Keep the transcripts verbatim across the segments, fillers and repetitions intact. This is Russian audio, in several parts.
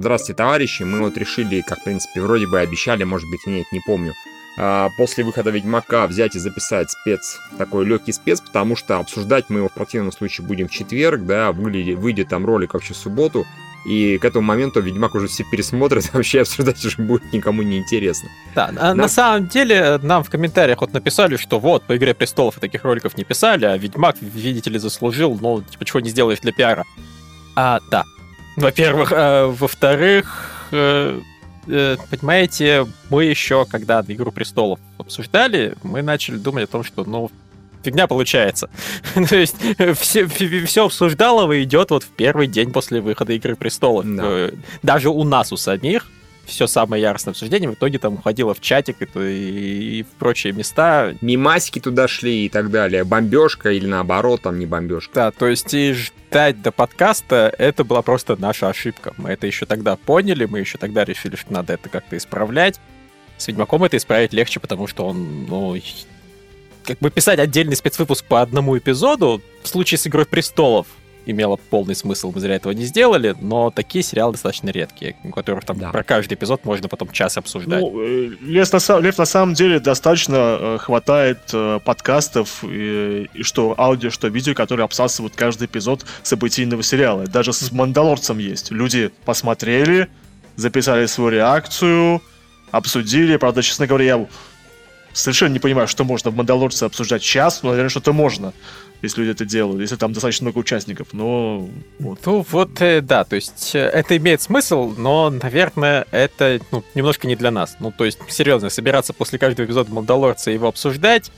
здравствуйте, товарищи, мы вот решили, как, в принципе, вроде бы обещали, может быть, нет, не помню, после выхода Ведьмака взять и записать спец, такой легкий спец, потому что обсуждать мы его в противном случае будем в четверг, да, выйдет, выйдет там ролик вообще в субботу, и к этому моменту Ведьмак уже все пересмотрят, вообще обсуждать уже будет никому не интересно. Да, на, на самом деле нам в комментариях вот написали, что вот, по «Игре престолов» таких роликов не писали, а Ведьмак, видите ли, заслужил, ну, типа, чего не сделаешь для пиара. А, да. Во-первых. А, во-вторых, э, э, понимаете, мы еще, когда «Игру престолов» обсуждали, мы начали думать о том, что, ну, фигня получается. То есть все, все обсуждалово идет вот в первый день после выхода «Игры престолов». Да. Даже у нас, у самих, все самое яростное обсуждение в итоге там уходило в чатик и, и, и в прочие места. Мемасики туда шли и так далее. Бомбежка или наоборот, там не бомбежка. Да, то есть и ждать до подкаста — это была просто наша ошибка. Мы это еще тогда поняли, мы еще тогда решили, что надо это как-то исправлять. С Ведьмаком это исправить легче, потому что он, ну... Как бы писать отдельный спецвыпуск по одному эпизоду в случае с «Игрой престолов» имело полный смысл, мы зря этого не сделали, но такие сериалы достаточно редкие, у которых там да. про каждый эпизод можно потом час обсуждать. Ну, Лев на, Лев, на самом деле достаточно хватает подкастов, и, и что аудио, что видео, которые обсасывают каждый эпизод событийного сериала. Даже с «Мандалорцем» есть. Люди посмотрели, записали свою реакцию, обсудили. Правда, честно говоря, я... совершенно не понимаю, что можно в «Мандалорце» обсуждать час, но, наверное, что-то можно, если люди это делают, если там достаточно много участников, но... Вот. Ну, вот, э, да, то есть э, это имеет смысл, но, наверное, это ну, немножко не для нас. Ну, то есть, серьезно, собираться после каждого эпизода «Мандалорца» и его обсуждать,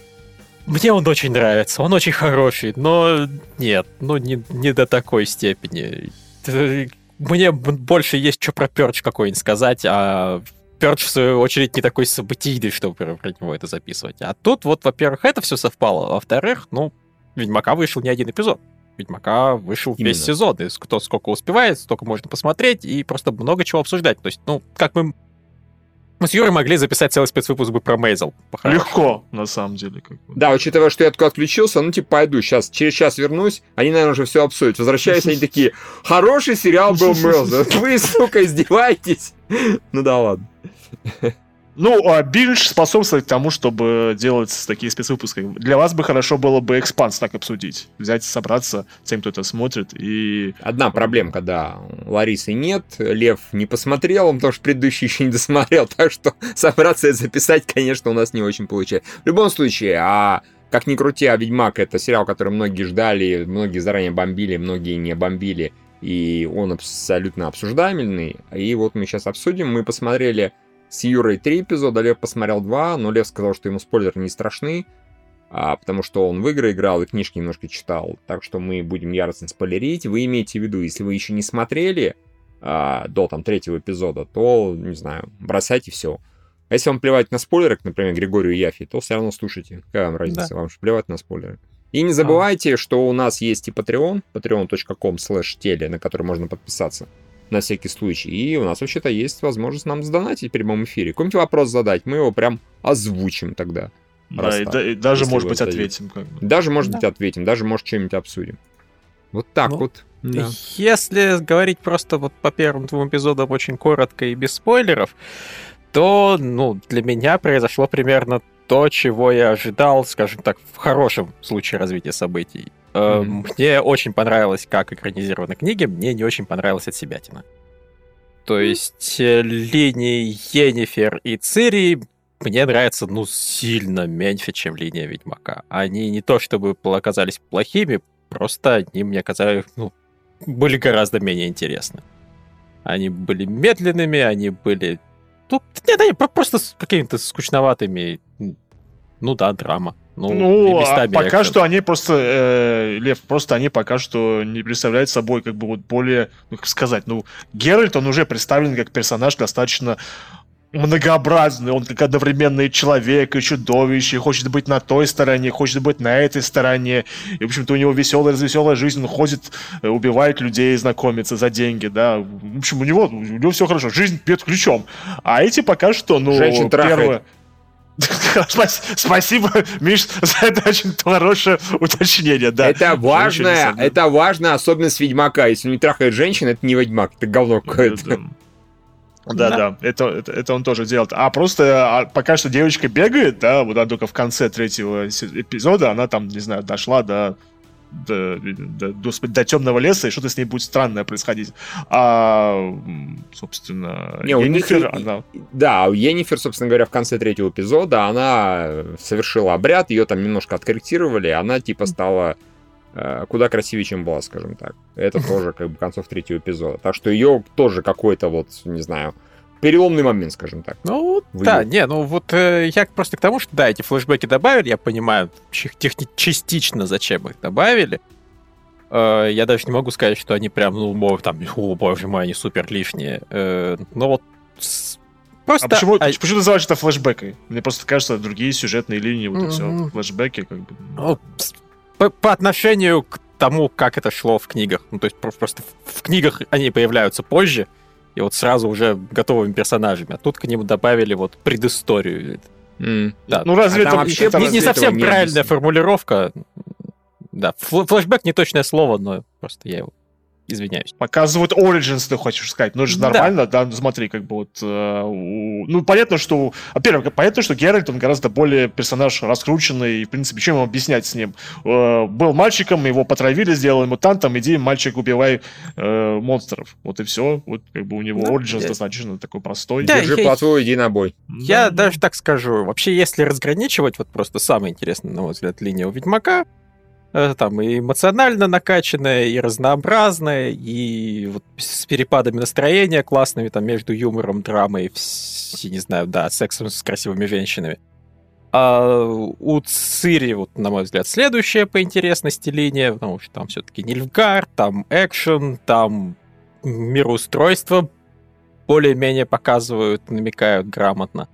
мне он очень нравится, он очень хороший, но нет, ну, не, не до такой степени. Мне больше есть что про Пёрч какой-нибудь сказать, а... Пёрч, в свою очередь, не такой событийный, чтобы про, про него это записывать. А тут вот, во-первых, это все совпало. А во-вторых, ну, Ведьмака вышел не один эпизод. Ведьмака вышел Именно. весь сезон. И кто сколько успевает, столько можно посмотреть и просто много чего обсуждать. То есть, ну, как мы... Мы с Юрой могли записать целый спецвыпуск бы про Мейзел. Легко, на самом деле. Как бы. Да, учитывая, что я только отключился, ну, типа, пойду, сейчас, через час вернусь, они, наверное, уже все обсудят. Возвращаюсь, они такие, хороший сериал был Мейзел. Вы, сука, издеваетесь? Ну да ладно. Ну, а Биндж способствует тому, чтобы делать такие спецвыпуски. Для вас бы хорошо было бы «Экспанс» так обсудить. Взять, собраться тем, кто это смотрит, и... Одна проблемка, да. Ларисы нет, Лев не посмотрел, он потому что предыдущий еще не досмотрел, так что собраться и записать, конечно, у нас не очень получается. В любом случае, а как ни крути, а «Ведьмак» — это сериал, который многие ждали, многие заранее бомбили, многие не бомбили, и он абсолютно обсуждаемый. И вот мы сейчас обсудим. Мы посмотрели с Юрой три эпизода, Лев посмотрел два, но Лев сказал, что ему спойлеры не страшны, а, потому что он в игры играл и книжки немножко читал, так что мы будем яростно спойлерить. Вы имеете в виду, если вы еще не смотрели а, до там третьего эпизода, то, не знаю, бросайте все. А если вам плевать на спойлеры, например, Григорию Яфи, то все равно слушайте. Какая вам разница? Да. Вам же плевать на спойлеры. И не забывайте, а. что у нас есть и Patreon, patreon точка com слэш теле, на который можно подписаться. На всякий случай. И у нас вообще-то есть возможность нам сдонатить в прямом эфире. Какой-нибудь вопрос задать, мы его прям озвучим тогда. Да, и, да, и даже, может быть, ответим. Как бы. Даже, может да. быть, ответим. Даже, может, что-нибудь обсудим. Вот так ну, вот. Да. Если говорить просто вот по первым двум эпизодам очень коротко и без спойлеров, то, ну, для меня произошло примерно то, чего я ожидал, скажем так, в хорошем случае развития событий. Mm-hmm. Мне очень понравилось, как экранизированы книги, мне не очень понравилась отсебятина. То есть линии Йеннифер и Цири мне нравятся, ну, сильно меньше, чем линия Ведьмака. Они не то чтобы оказались плохими, просто они мне казались, ну, были гораздо менее интересны. Они были медленными, они были... Ну, нет, они просто какими-то скучноватыми... Ну да, драма. Ну, ну а пока экшен. Что они просто, э, Лев, просто они пока что не представляют собой как бы вот более, ну как сказать, ну Геральт, он уже представлен как персонаж достаточно многообразный, он как одновременно и человек, и чудовище, хочет быть на той стороне, хочет быть на этой стороне, и в общем-то у него веселая, развеселая жизнь, он ходит, убивает людей, знакомится за деньги, да, в общем у него, у него все хорошо, жизнь бьет ключом, а эти пока что, ну, женщин первое... Спасибо, Миш, за это очень хорошее уточнение, да. Это важная, это важная особенность Ведьмака. Если он не трахает женщин, это не Ведьмак, это говно какое-то. Да, да, да. Это, это, это он тоже делает. А просто а пока что девочка бегает, да, вот она только в конце третьего эпизода, она там, не знаю, дошла до, до, до, до, до темного леса, и что-то с ней будет странное происходить. А, собственно, Не, Йеннифер, них... она... Да, у Йеннифер, собственно говоря, в конце третьего эпизода она совершила обряд, ее там немножко откорректировали, она типа стала куда красивее, чем была, скажем так. Это тоже как бы концов третьего эпизода. Так что ее тоже какой-то вот, не знаю, переломный момент, скажем так. Ну, да, ее. не, ну вот э, я просто к тому, что да, эти флешбеки добавили, я понимаю техни- частично, зачем их добавили. Э, я даже не могу сказать, что они прям, ну, там, о, боже мой, они супер лишние. Э, но вот с... просто... А почему, а... почему называешь это флешбекой? Мне просто кажется, другие сюжетные линии, вот mm-hmm. и все, флешбеки, как бы... Ну, По, по отношению к тому, как это шло в книгах. Ну, то есть просто в, в книгах они появляются позже, и вот сразу уже готовыми персонажами. А тут к ним добавили вот предысторию. Mm. Да. Ну, разве а это вообще не, не совсем не правильная объясню. формулировка. Да, флешбэк не точное слово, но просто я его... Извиняюсь. Показывают Origins, ты хочешь сказать. Ну, это же нормально, да? да? Смотри, как бы вот... Э, у... Ну, понятно, что... Во-первых, понятно, что Геральт, он гораздо более персонаж раскрученный, и, в принципе, чем ему объяснять с ним? Э, был мальчиком, его потравили, сделали мутантом, иди, мальчик, убивай э, монстров. Вот и все. Вот как бы у него ну, Origins я... достаточно такой простой. Да, Держи я... платву, иди на бой. Я да. даже так скажу. Вообще, если разграничивать, вот просто самое интересное, на мой взгляд, линия у Ведьмака, там и эмоционально накачанная, и разнообразная, и вот с перепадами настроения классными, там, между юмором, драмой, и, не знаю, да, сексом с красивыми женщинами. А у Цири, вот, на мой взгляд, следующая по интересности линия, потому что там все-таки Нильфгард, там экшен, там мироустройство более-менее показывают, намекают грамотно.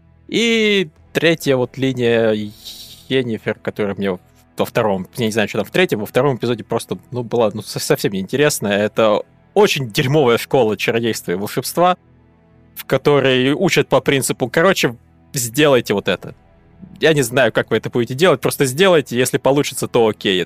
И третья вот линия Йеннифер, которая мне во втором, я не знаю, что там в третьем, во втором эпизоде просто, ну, была ну, совсем неинтересная. Это очень дерьмовая школа чародейства и волшебства, в которой учат по принципу, короче, сделайте вот это. Я не знаю, как вы это будете делать, просто сделайте, если получится, то окей.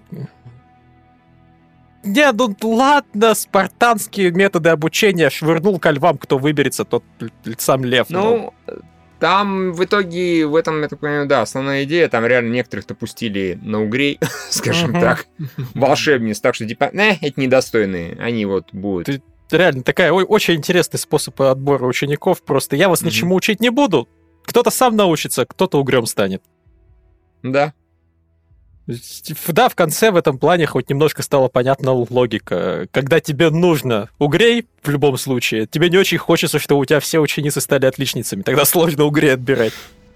Не, ну ладно, спартанские методы обучения, швырнул ко львам, кто выберется, тот сам лев. Ну... Но... Там в итоге, в этом, я так понимаю, да, основная идея, там реально некоторых-то пустили на угрей, скажем uh-huh. так, волшебниц, так что, типа, не, эти недостойные, они вот будут. Ты, реально, такая очень интересный способ отбора учеников, просто я вас uh-huh. ничему учить не буду, кто-то сам научится, кто-то угрём станет. Да. Да, в конце в этом плане хоть немножко стала понятна логика. Когда тебе нужно угрей, в любом случае, тебе не очень хочется, чтобы у тебя все ученицы стали отличницами. Тогда сложно угрей отбирать.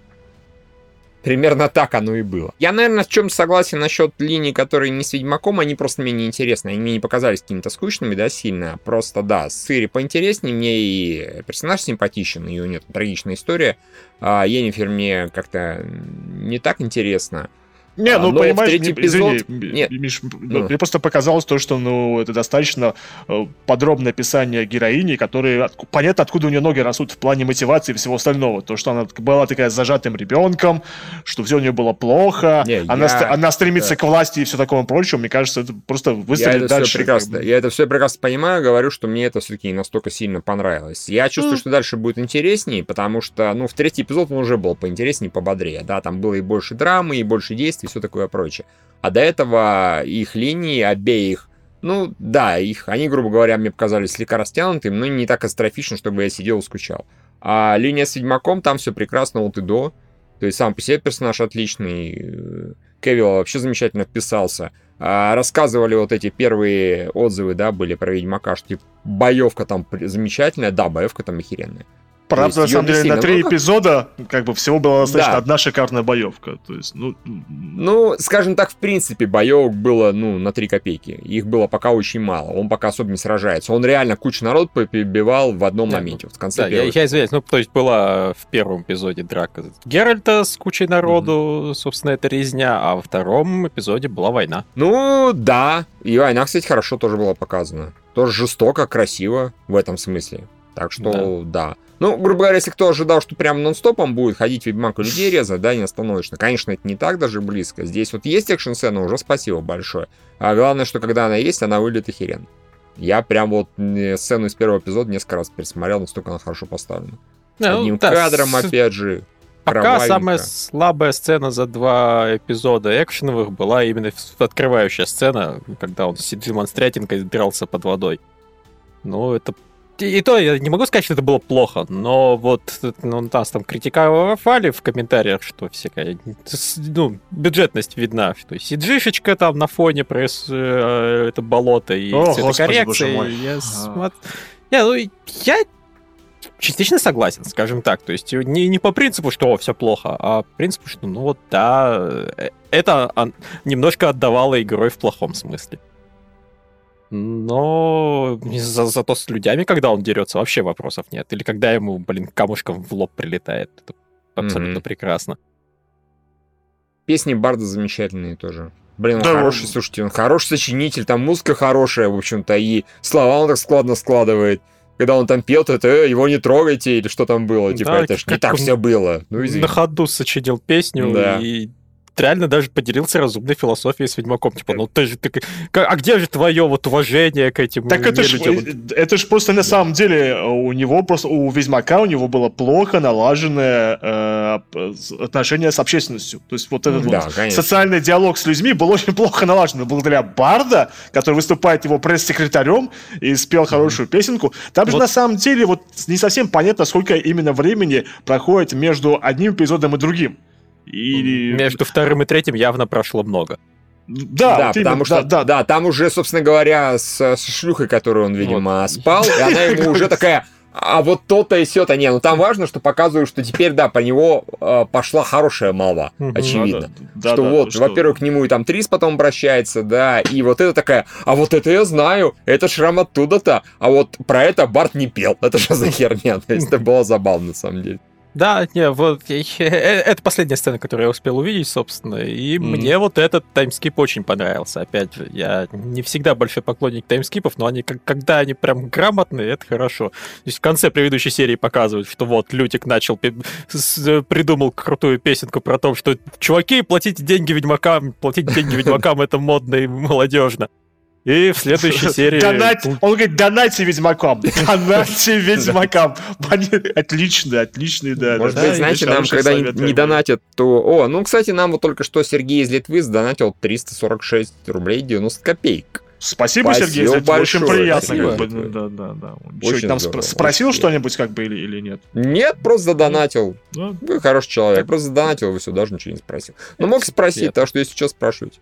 Примерно так оно и было. Я, наверное, в чем-то согласен насчет линий, которые не с Ведьмаком, они просто мне неинтересны. Они мне не показались какими-то скучными, да, сильно. Просто, да, с Цири поинтереснее, мне и персонаж симпатичен, и у нее трагичная история. А Йеннифер мне как-то не так интересно. Не, ну, но понимаешь, мне, извини, Нет. Миш, ну. мне просто показалось то, что, ну, это достаточно подробное описание героини, которая, понятно, откуда у нее ноги растут в плане мотивации и всего остального. То, что она была такая с зажатым ребенком, что все у нее было плохо, Не, она, я... она стремится да. к власти и все такому прочему, мне кажется, это просто выстрелит дальше. Все прекрасно, как бы. Я это все прекрасно понимаю, говорю, что мне это все-таки не настолько сильно понравилось. Я чувствую, mm. что дальше будет интереснее, потому что, ну, в третий эпизод он уже был поинтереснее, пободрее, да, там было и больше драмы, и больше действий, все такое прочее. А до этого их линии обеих, ну да, их, они, грубо говоря, мне показались слегка растянутыми, но не так астрофично, чтобы я сидел и скучал. А линия с Ведьмаком, там все прекрасно от и до. То есть сам по себе персонаж отличный. Кевилл вообще замечательно вписался. А рассказывали вот эти первые отзывы, да, были про Ведьмака, что типа, боевка там замечательная. Да, боевка там охеренная. Правда, на самом деле, на три эпизода как бы всего была достаточно да. одна шикарная боевка. То есть, ну... ну, скажем так, в принципе, боевок было, ну, на три копейки. Их было пока очень мало. Он пока особо не сражается. Он реально кучу народ побивал в одном да, моменте. Вот в конце да, я, я извиняюсь. Ну, то есть, была в первом эпизоде драка Геральта с кучей народу, mm-hmm. собственно, это резня, а во втором эпизоде была война. Ну, да. И война, кстати, хорошо тоже была показана. Тоже жестоко, красиво в этом смысле. Так что, да. да. Ну, грубо говоря, если кто ожидал, что прям нон-стопом будет ходить Ведьмак и людей резать, да, не остановишься. Конечно, это не так даже близко. Здесь вот есть экшн-сцена, уже спасибо большое. А главное, что когда она есть, она выглядит охеренно. Я прям вот сцену из первого эпизода несколько раз пересмотрел, настолько она хорошо поставлена. С Ну, одним да, кадром, с- опять же. Пока кровавенько. самая слабая сцена за два эпизода экшеновых была именно в- открывающая сцена, когда он с демонстратинкой дрался под водой. Ну, это... И, и то, я не могу сказать, что это было плохо, но вот ну, нас там критиковали в комментариях, что всякая, ну, бюджетность видна, что си джи-шечка там на фоне проис... э, это болото и О, цветокоррекция. господи, боже мой. Я, А. смотр... не, ну, я частично согласен, скажем так. То есть не, не по принципу, что все плохо, а по принципу, что, ну вот, да, э, это он- немножко отдавало игрой в плохом смысле. Но за- зато с людьми, когда он дерется, вообще вопросов нет. Или когда ему, блин, камушком в лоб прилетает. Это абсолютно Мгм. прекрасно. Песни Барда замечательные тоже. Блин, он Да, хороший, он- слушайте, он хороший сочинитель, там музыка хорошая, в общем-то, и слова он так складно складывает. Когда он там пел, то это «Э, его не трогайте, или что там было, типа, Да, это ж не как так он все было. Ну, извини. На ходу сочинил песню Да. и реально даже поделился разумной философией с Ведьмаком. Типа, ну ты же... Ты, как- а где же твое вот уважение к этим Так это ж, нелюдям? это ж просто на самом деле у него просто, у Ведьмака у него было плохо налаженное э, отношение с общественностью. То есть вот этот Да, вот конечно. социальный диалог с людьми был очень плохо налажен. Благодаря Барда, который выступает его пресс-секретарем и спел хорошую песенку, там же Вот. на самом деле вот не совсем понятно, сколько именно времени проходит между одним эпизодом и другим. И... Между вторым и третьим явно прошло много. Да, Да, вот потому именно, что, да, да, да. там уже, собственно говоря, с, с шлюхой, которую он, видимо, спал, и она ему уже такая, а вот то-то и сё-то. Не, ну там важно, что показывают, что теперь, да, по него э, пошла хорошая молва, Мгм. очевидно. Да, да, что да, вот, что- во-первых, к нему и там Трис потом обращается, да, и вот это такая, а вот это я знаю, это шрам оттуда-то, а вот про это Барт не пел, это что за херня, то есть это было забавно, на самом деле. Да, не, вот э, э, это последняя сцена, которую я успел увидеть, собственно, и Мгм. мне вот этот таймскип очень понравился. Опять же, я не всегда большой поклонник таймскипов, но они, как- когда они прям грамотные, это хорошо. То есть в конце предыдущей серии показывают, что вот Лютик начал, пи- с- придумал крутую песенку про то, что чуваки, платите деньги ведьмакам, платите деньги ведьмакам, это модно и молодежно. И в следующей серии... Донать, он говорит, донайте ведьмакам, донайте ведьмакам. Они отличные, отличные, да. Может да, быть, да, знаете, хороший нам, когда не, совет, не как бы. донатят, то... О, ну, кстати, нам вот только что Сергей из Литвы сдонатил триста сорок шесть рублей девяносто копеек. Спасибо, Спасибо Сергей, за это очень большое, приятно. спасибо. Как бы, да, да, да. Очень Чё, там здорово, спро- спросил очень что-нибудь, как бы, или, или нет? Нет, просто задонатил. Да. Вы хороший человек, просто задонатил, вы все, даже ничего не спросил. Но мог спросить, приятно. так что если что, спрашивайте.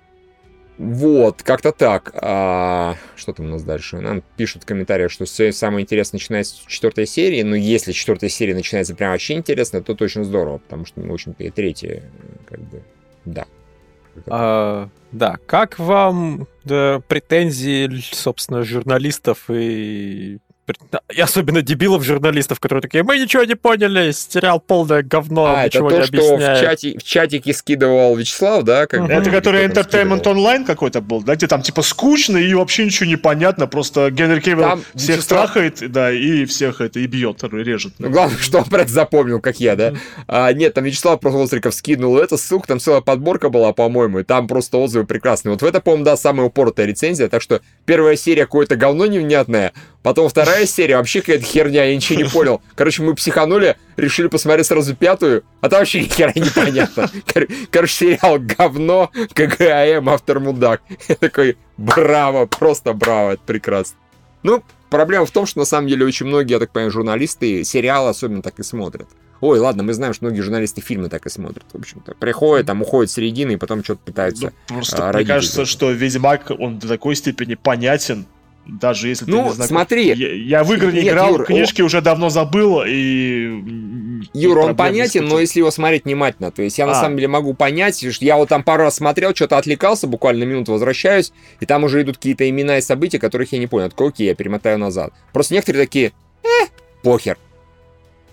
Вот, как-то так. А, что там у нас дальше? Нам пишут в комментариях, что всё самое интересное начинается с четвертой серии, но если четвертая серия начинается прям вообще интересно, то очень здорово, потому что, ну, в общем-то, и третья, как бы, да. А, да, как вам да, претензии, собственно, журналистов и... и особенно дебилов журналистов, которые такие, мы ничего не поняли, сериал полное говно, А, это ничего то, не что в, объясняет. чате, в чатике скидывал Вячеслав, да? Как Мгм. бы, Это или который кто там Entertainment скидывал? Online какой-то был, да, где там типа скучно и вообще ничего не понятно, просто Генри Кевилл Там всех Вячеслав- страхает, да, и всех это, и бьет, режет. Ну, главное, что он про это запомнил, как я, да? А, нет, там Вячеслав просто Остриков скинул это, ссылка, там целая подборка была, по-моему, и там просто отзывы прекрасные. Вот в это, по-моему, да, самая упоротая рецензия, так что первая серия какое-то говно невнятное, потом вторая серия вообще какая-то херня, я ничего не понял. Короче, мы психанули, решили посмотреть сразу пятую, а там вообще ни хера непонятно. Кор- Короче, сериал говно, КГАМ, автор мудак. Я такой, браво, просто браво, это прекрасно. Ну, проблема в том, что на самом деле очень многие, я так понимаю, журналисты сериалы особенно так и смотрят. Ой, ладно, мы знаем, что многие журналисты фильмы так и смотрят, в общем-то. Приходят, там уходят с середины и потом что-то пытаются. Ну, просто а, мне родители кажется, тоже. что Ведьмак, он до такой степени понятен, даже если ты Ну, не знаком. смотри. Я, я в игры не Нет, играл, Юр, книжки уже давно забыл, и... м, Юра, и он проблем понятен, но испытываю. если его смотреть внимательно, то есть я на А. самом деле могу понять, что я вот там пару раз смотрел, что-то отвлекался, буквально минуту возвращаюсь, и там уже идут какие-то имена и события, которых я не понял. Такой, окей, я перемотаю назад. Просто некоторые такие, э, похер.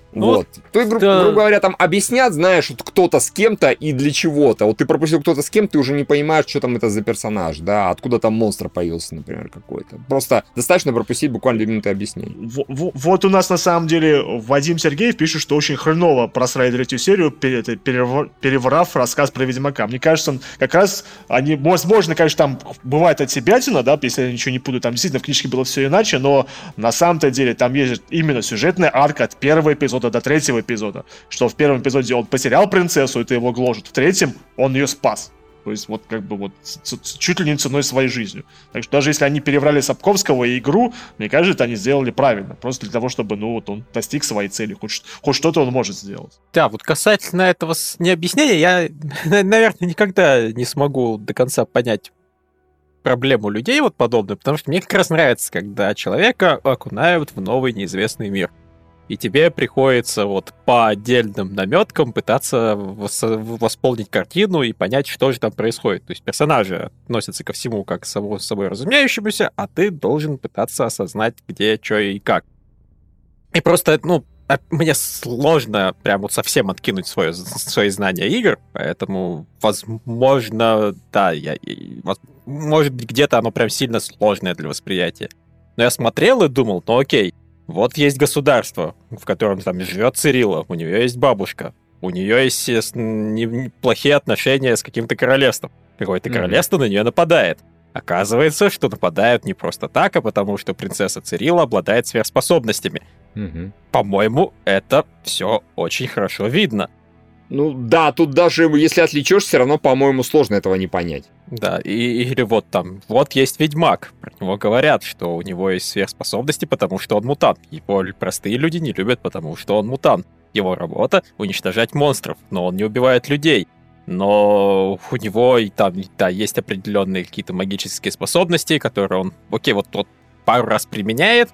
Вот. То есть, гру- да. грубо говоря, там объяснят, знаешь, вот кто-то с кем-то и для чего-то. Вот ты пропустил кто-то с кем, ты уже не понимаешь, что там это за персонаж, да, откуда там монстр появился, например, какой-то. Просто достаточно пропустить буквально две минуты объяснений. В- в- Вот у нас на самом деле Вадим Сергеев пишет, что очень хреново просрали третью серию, пере- это, перевр- переврав рассказ про Ведьмака. Мне кажется, он как раз, они, возможно, конечно, там бывает отсебятина, да, если я ничего не путаю, там действительно в книжке было все иначе, но на самом-то деле там есть именно сюжетная арка от первого эпизода до третьего эпизода, что в первом эпизоде он потерял принцессу, это его гложет, в третьем он ее спас. То есть вот как бы вот ц- ц- чуть ли не ценой своей жизнью. Так что даже если они переврали Сапковского и игру, мне кажется, они сделали правильно. Просто для того, чтобы, ну, вот он достиг своей цели. Хоть, ш- хоть что-то он может сделать. Да, вот касательно этого с- необъяснения, я, наверное, никогда не смогу до конца понять проблему людей вот подобную, потому что мне как раз нравится, когда человека окунают в новый неизвестный мир. И тебе приходится вот по отдельным наметкам пытаться вос- восполнить картину и понять, что же там происходит. То есть персонажи относятся ко всему как само собой разумеющемуся, а ты должен пытаться осознать, где, что и как. И просто, ну, а- мне сложно прям вот совсем откинуть свое, свои знания игр, поэтому, возможно, да, я, и- воз- может быть, где-то оно прям сильно сложное для восприятия. Но я смотрел и думал, ну окей, вот есть государство, в котором там живет Цирилла, у нее есть бабушка, у нее есть э, с- не- неплохие отношения с каким-то королевством. Какое-то Мгм. королевство на нее нападает. Оказывается, что нападают не просто так, а потому что принцесса Цирилла обладает сверхспособностями. Мгм. По-моему, это все очень хорошо видно. Ну да, тут даже если отвлечешь, все равно, по-моему, сложно этого не понять. Да, и, или вот там, вот есть Ведьмак, про него говорят, что у него есть сверхспособности, потому что он мутант. Его простые люди не любят, потому что он мутант. Его работа — уничтожать монстров, но он не убивает людей. Но у него и там, да, есть определенные какие-то магические способности, которые он, окей, вот, вот пару раз применяет,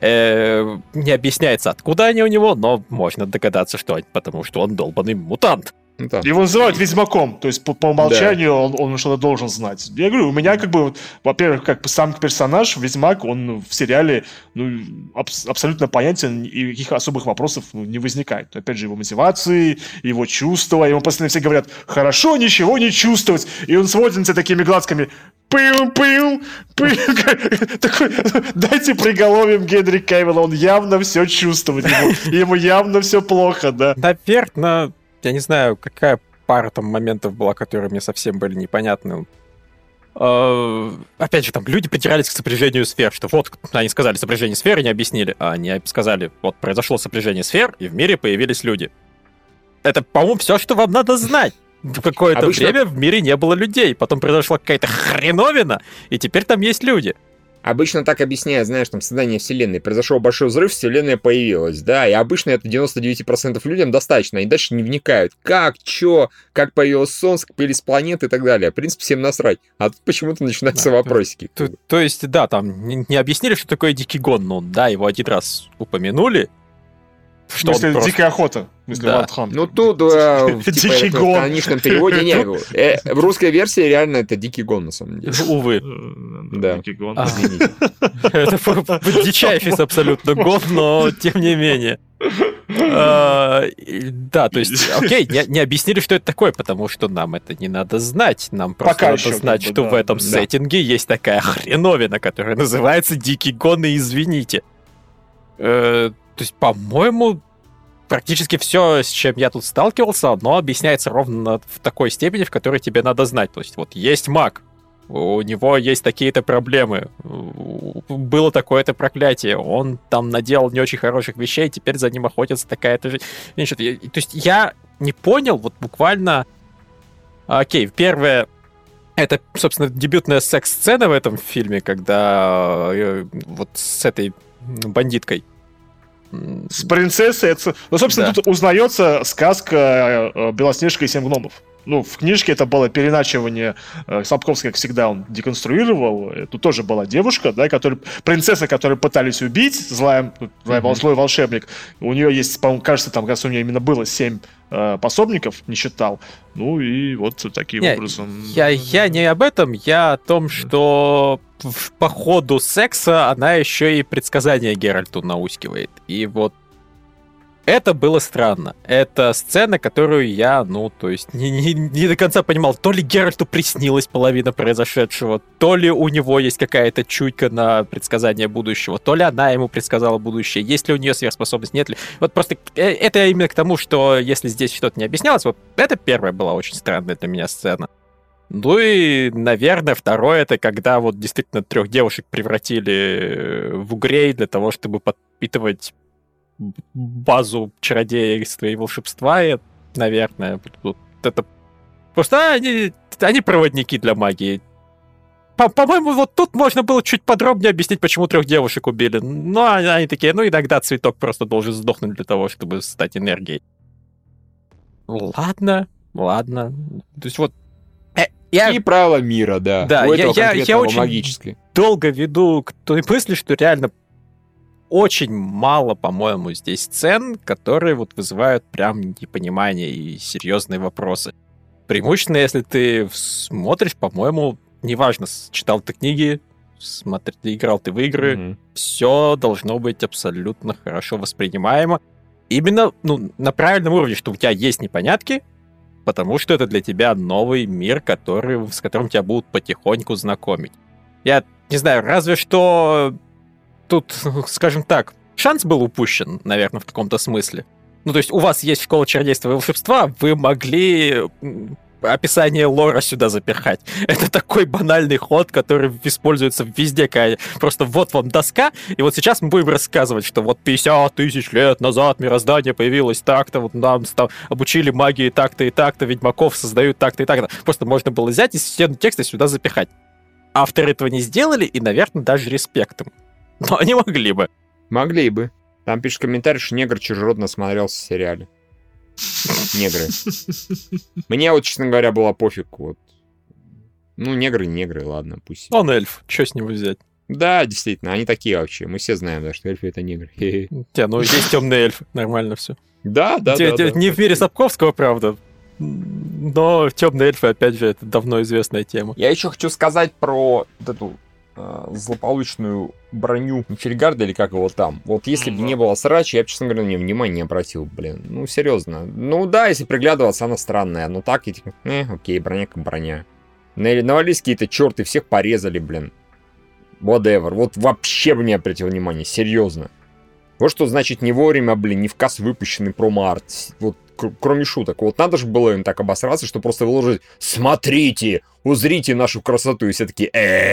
э, не объясняется, откуда они у него, но можно догадаться, что они- потому что он долбанный мутант. Ну, да. Его называют Ведьмаком, то есть по, по умолчанию он, он что-то должен знать. Я говорю, у меня как бы, вот, во-первых, как бы сам персонаж, Ведьмак, он в сериале ну, абс- абсолютно понятен, и никаких особых вопросов ну, не возникает. Опять же, его мотивации, его чувства, ему постоянно все говорят, хорошо ничего не чувствовать, и он сводит на тебя такими глазками, пым, пым, пым, такой, дайте приголовим Генри Кевилла, он явно все чувствует, ему, ему явно все плохо, да. Наверное, я не знаю, какая пара там моментов была, которые мне совсем были непонятны. Э, Опять же, там люди притирались к сопряжению сфер, что вот, они сказали сопряжение сфер и не объяснили, а они сказали, вот произошло сопряжение сфер, и в мире появились люди. Это, по-моему, все, что вам надо знать. В какое-то Обычно- время в мире не было людей, потом произошла какая-то хреновина, и теперь там есть люди. Обычно так объясняют, знаешь, там, создание вселенной. Произошел большой взрыв, вселенная появилась, да, и обычно это девяносто девять процентов людям достаточно, они дальше не вникают. Как, чё, как появилось солнце, как появились планеты и так далее. В принципе, всем насрать. А тут почему-то начинаются Да, вопросики. То, то есть, да, там не, не объяснили, что такое дикий гон, но да, его один раз упомянули. В Что он смысле, просто- дикая охота. В смысле, Да. Wild Hunt. Ну тут э, в, типа, Дикий это, гон. в каноничном переводе не, э, в русской версии реально это дикий гон на самом деле. Увы. Да. Дикий гон. А. Извините. Это дичайший абсолютно гон, но тем не менее. А, и- Да, то есть, окей, не не объяснили, что это такое, потому что нам это не надо знать. Нам просто Пока надо еще, как знать, бы, что да, в этом да. сеттинге есть такая хреновина, которая называется Дикий гон, и извините. Э, То есть, по-моему, практически все, с чем я тут сталкивался, оно объясняется ровно в такой степени, в которой тебе надо знать. То есть, вот есть маг, у него есть такие-то проблемы, у- было такое-то проклятие, он там наделал не очень хороших вещей, теперь за ним охотится такая-то же... Значит, я- то есть я не понял, вот буквально... Окей, первое... Это, собственно, дебютная секс-сцена в этом фильме, когда э, вот с этой бандиткой. М, С принцессой. это- Ну, собственно, Да. тут узнается сказка э, «Белоснежка и семь гномов». Ну, в книжке это было переначивание. э, Сапковский, как всегда, он деконструировал. Э, Тут тоже была девушка, да, которая, принцесса, которую пытались убить, злая, ну, злая Мгм. злой волшебник. У нее есть, по-моему, кажется, там, кажется, у нее именно было семь э, пособников, не считал. Ну и вот таким Не, образом. Я, я не об этом, я о том, что в- по ходу секса она еще и предсказания Геральту наускивает. И вот Это было странно. Это сцена, которую я, ну, то есть, не, не, не до конца понимал, то ли Геральту приснилась половина произошедшего, то ли у него есть какая-то чуйка на предсказание будущего, то ли она ему предсказала будущее, есть ли у нее сверхспособность, нет ли. Вот просто это именно к тому, что если здесь что-то не объяснялось, вот это первая была очень странная для меня сцена. Ну и, наверное, второе, это когда вот действительно трех девушек превратили в угрей для того, чтобы подпитывать базу чародейства и волшебства, и, наверное, вот это... Просто они, они проводники для магии. По- по-моему, вот тут можно было чуть подробнее объяснить, почему трех девушек убили. Но они такие, ну иногда цветок просто должен сдохнуть для того, чтобы стать энергией. Ладно, ладно. То есть вот... Э, я... И правила мира, да. Да, у я, этого я, я очень магической. долго веду к той мысли, что реально очень мало, по-моему, здесь сцен, которые вот вызывают прям непонимание и серьезные вопросы. Преимущественно, если ты смотришь, по-моему, неважно, читал ты книги, смотри, играл ты в игры, mm-hmm. все должно быть абсолютно хорошо воспринимаемо. Именно ну, на правильном уровне, что у тебя есть непонятки, потому что это для тебя новый мир, который, с которым тебя будут потихоньку знакомить. Я не знаю, разве что... Тут, скажем так, шанс был упущен, наверное, в каком-то смысле. Ну, то есть у вас есть школа чародейства и волшебства, вы могли описание лора сюда запихать. Это такой банальный ход, который используется везде, когда просто вот вам доска, и вот сейчас мы будем рассказывать, что вот пятьдесят тысяч лет назад мироздание появилось так-то, вот нам став... обучили магии так-то и так-то, ведьмаков создают так-то и так-то. Просто можно было взять и стену текста сюда запихать. Авторы этого не сделали, и, наверное, даже респект им. Но они могли бы. Могли бы. Там пишет комментарий, что негр чужеродно смотрелся в сериале. Негры. Мне вот, честно говоря, было пофиг. Вот. Ну, негры, негры, ладно, пусть. Он эльф, что с него взять? Да, действительно, они такие вообще. Мы все знаем, да, что эльфы — это негры. Те, ну, есть темный эльф, нормально все. Да, да, да. Не в мире Сапковского, правда. Но темные эльфы, опять же, это давно известная тема. Я еще хочу сказать про вот эту э, злополучную броню Нильфгарда, или как его там. Вот если бы не было срача, я бы, честно говоря, на нее внимания не обратил, блин. Ну, серьезно. Ну да, если приглядываться, она странная. Но так, и типа, э, окей, броня как броня. Навались какие-то черты, всех порезали, блин. Whatever. Вот вообще бы не обратил внимания, серьезно. Вот что значит не вовремя, блин, не в касс выпущенный промо-арт. Вот кроме шуток. Вот надо же было им так обосраться, что просто выложить: смотрите, узрите нашу красоту, и все таки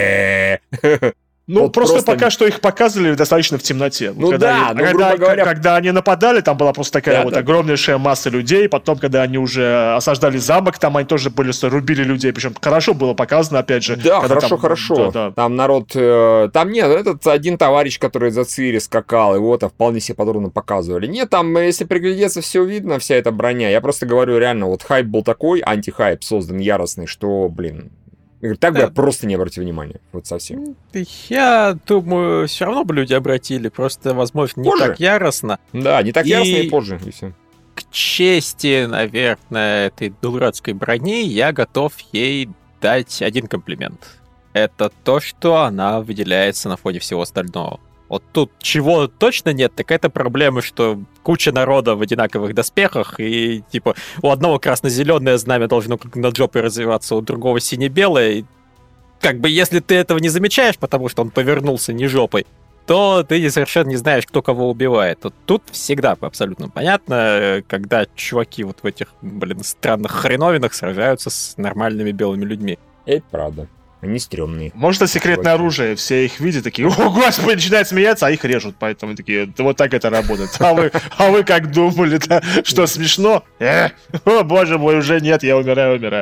э Ну, вот просто, просто пока что их показывали достаточно в темноте. Ну когда да, они, ну, когда, грубо говоря... когда они нападали, там была просто такая Да, вот да. огромнейшая масса людей. Потом, когда они уже осаждали замок, там они тоже были, что рубили людей. Причем хорошо было показано, опять же. Да, когда хорошо, там, хорошо. Да, да. Там народ... Э, там нет, этот один товарищ, который за Цири скакал, его там вполне себе подробно показывали. Нет, там, если приглядеться, все видно, вся эта броня. Я просто говорю, реально, вот хайп был такой, антихайп создан яростный, что, блин... Так бы Да. я просто не обратил внимания. Вот совсем. Я думаю, все равно бы люди обратили, просто, возможно, не Позже. так яростно. Да, не так И- яростно и позже. И всё. К чести, наверное, этой дурацкой брони, я готов ей дать один комплимент. Это то, что она выделяется на фоне всего остального. Вот тут чего точно нет, так это проблема, что куча народа в одинаковых доспехах, и типа у одного красно-зеленое знамя должно как над жопой развиваться, у другого сине-белое. И, как бы если ты этого не замечаешь, потому что он повернулся не жопой, то ты совершенно не знаешь, кто кого убивает. Вот тут всегда абсолютно понятно, когда чуваки вот в этих, блин, странных хреновинах сражаются с нормальными белыми людьми. Это правда. Они стрёмные. Может, это секретное Очень. оружие. Все их видят, такие: о, господи, начинают смеяться, а их режут. Поэтому такие: «Да вот так это работает. А вы, а вы как думали, да? Что, смешно? Э, о, боже мой, уже нет, я умираю, умираю.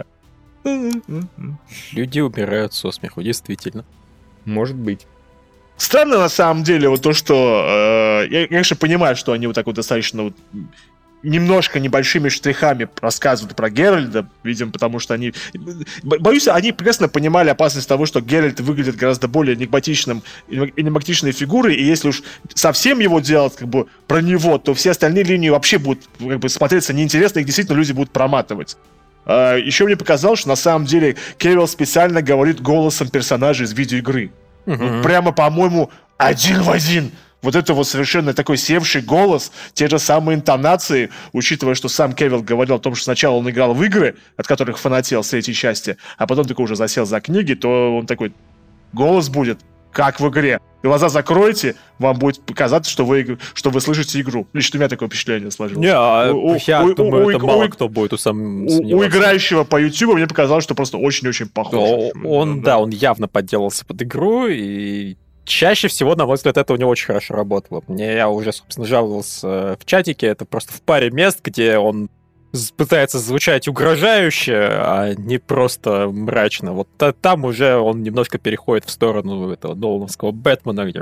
Люди умирают со смеху, действительно. Может быть. Странно, на самом деле, вот то, что... Э, я, конечно, понимаю, что они вот так вот достаточно вот немножко небольшими штрихами рассказывают про Геральда, видимо, потому что они... бо- Боюсь, они прекрасно понимали опасность того, что Геральт выглядит гораздо более энигматичным, энигматичной фигурой, и если уж совсем его делать как бы про него, то все остальные линии вообще будут как бы смотреться неинтересно, их действительно люди будут проматывать. А, еще мне показалось, что на самом деле Кевилл специально говорит голосом персонажа из видеоигры. Мгм. Прямо, по-моему, один в один. Вот это вот совершенно такой севший голос, те же самые интонации, учитывая, что сам Кевилл говорил о том, что сначала он играл в игры, от которых фанател с третьей части, а потом такой уже засел за книги, то он такой, голос будет как в игре. Глаза закройте, вам будет показаться, что вы, что вы слышите игру. Лично у меня такое впечатление сложилось. Не, а у, я у, думаю, у, это у, мало у, кто будет сам у, у играющего по YouTube мне показалось, что просто очень-очень похож. Да, он, да, он явно подделался под игру, и чаще всего, на мой взгляд, это у него очень хорошо работало. Мне я уже, собственно, жаловался в чатике, это просто в паре мест, где он пытается звучать угрожающе, а не просто мрачно. Вот там уже он немножко переходит в сторону этого Нолановского Бэтмена, где...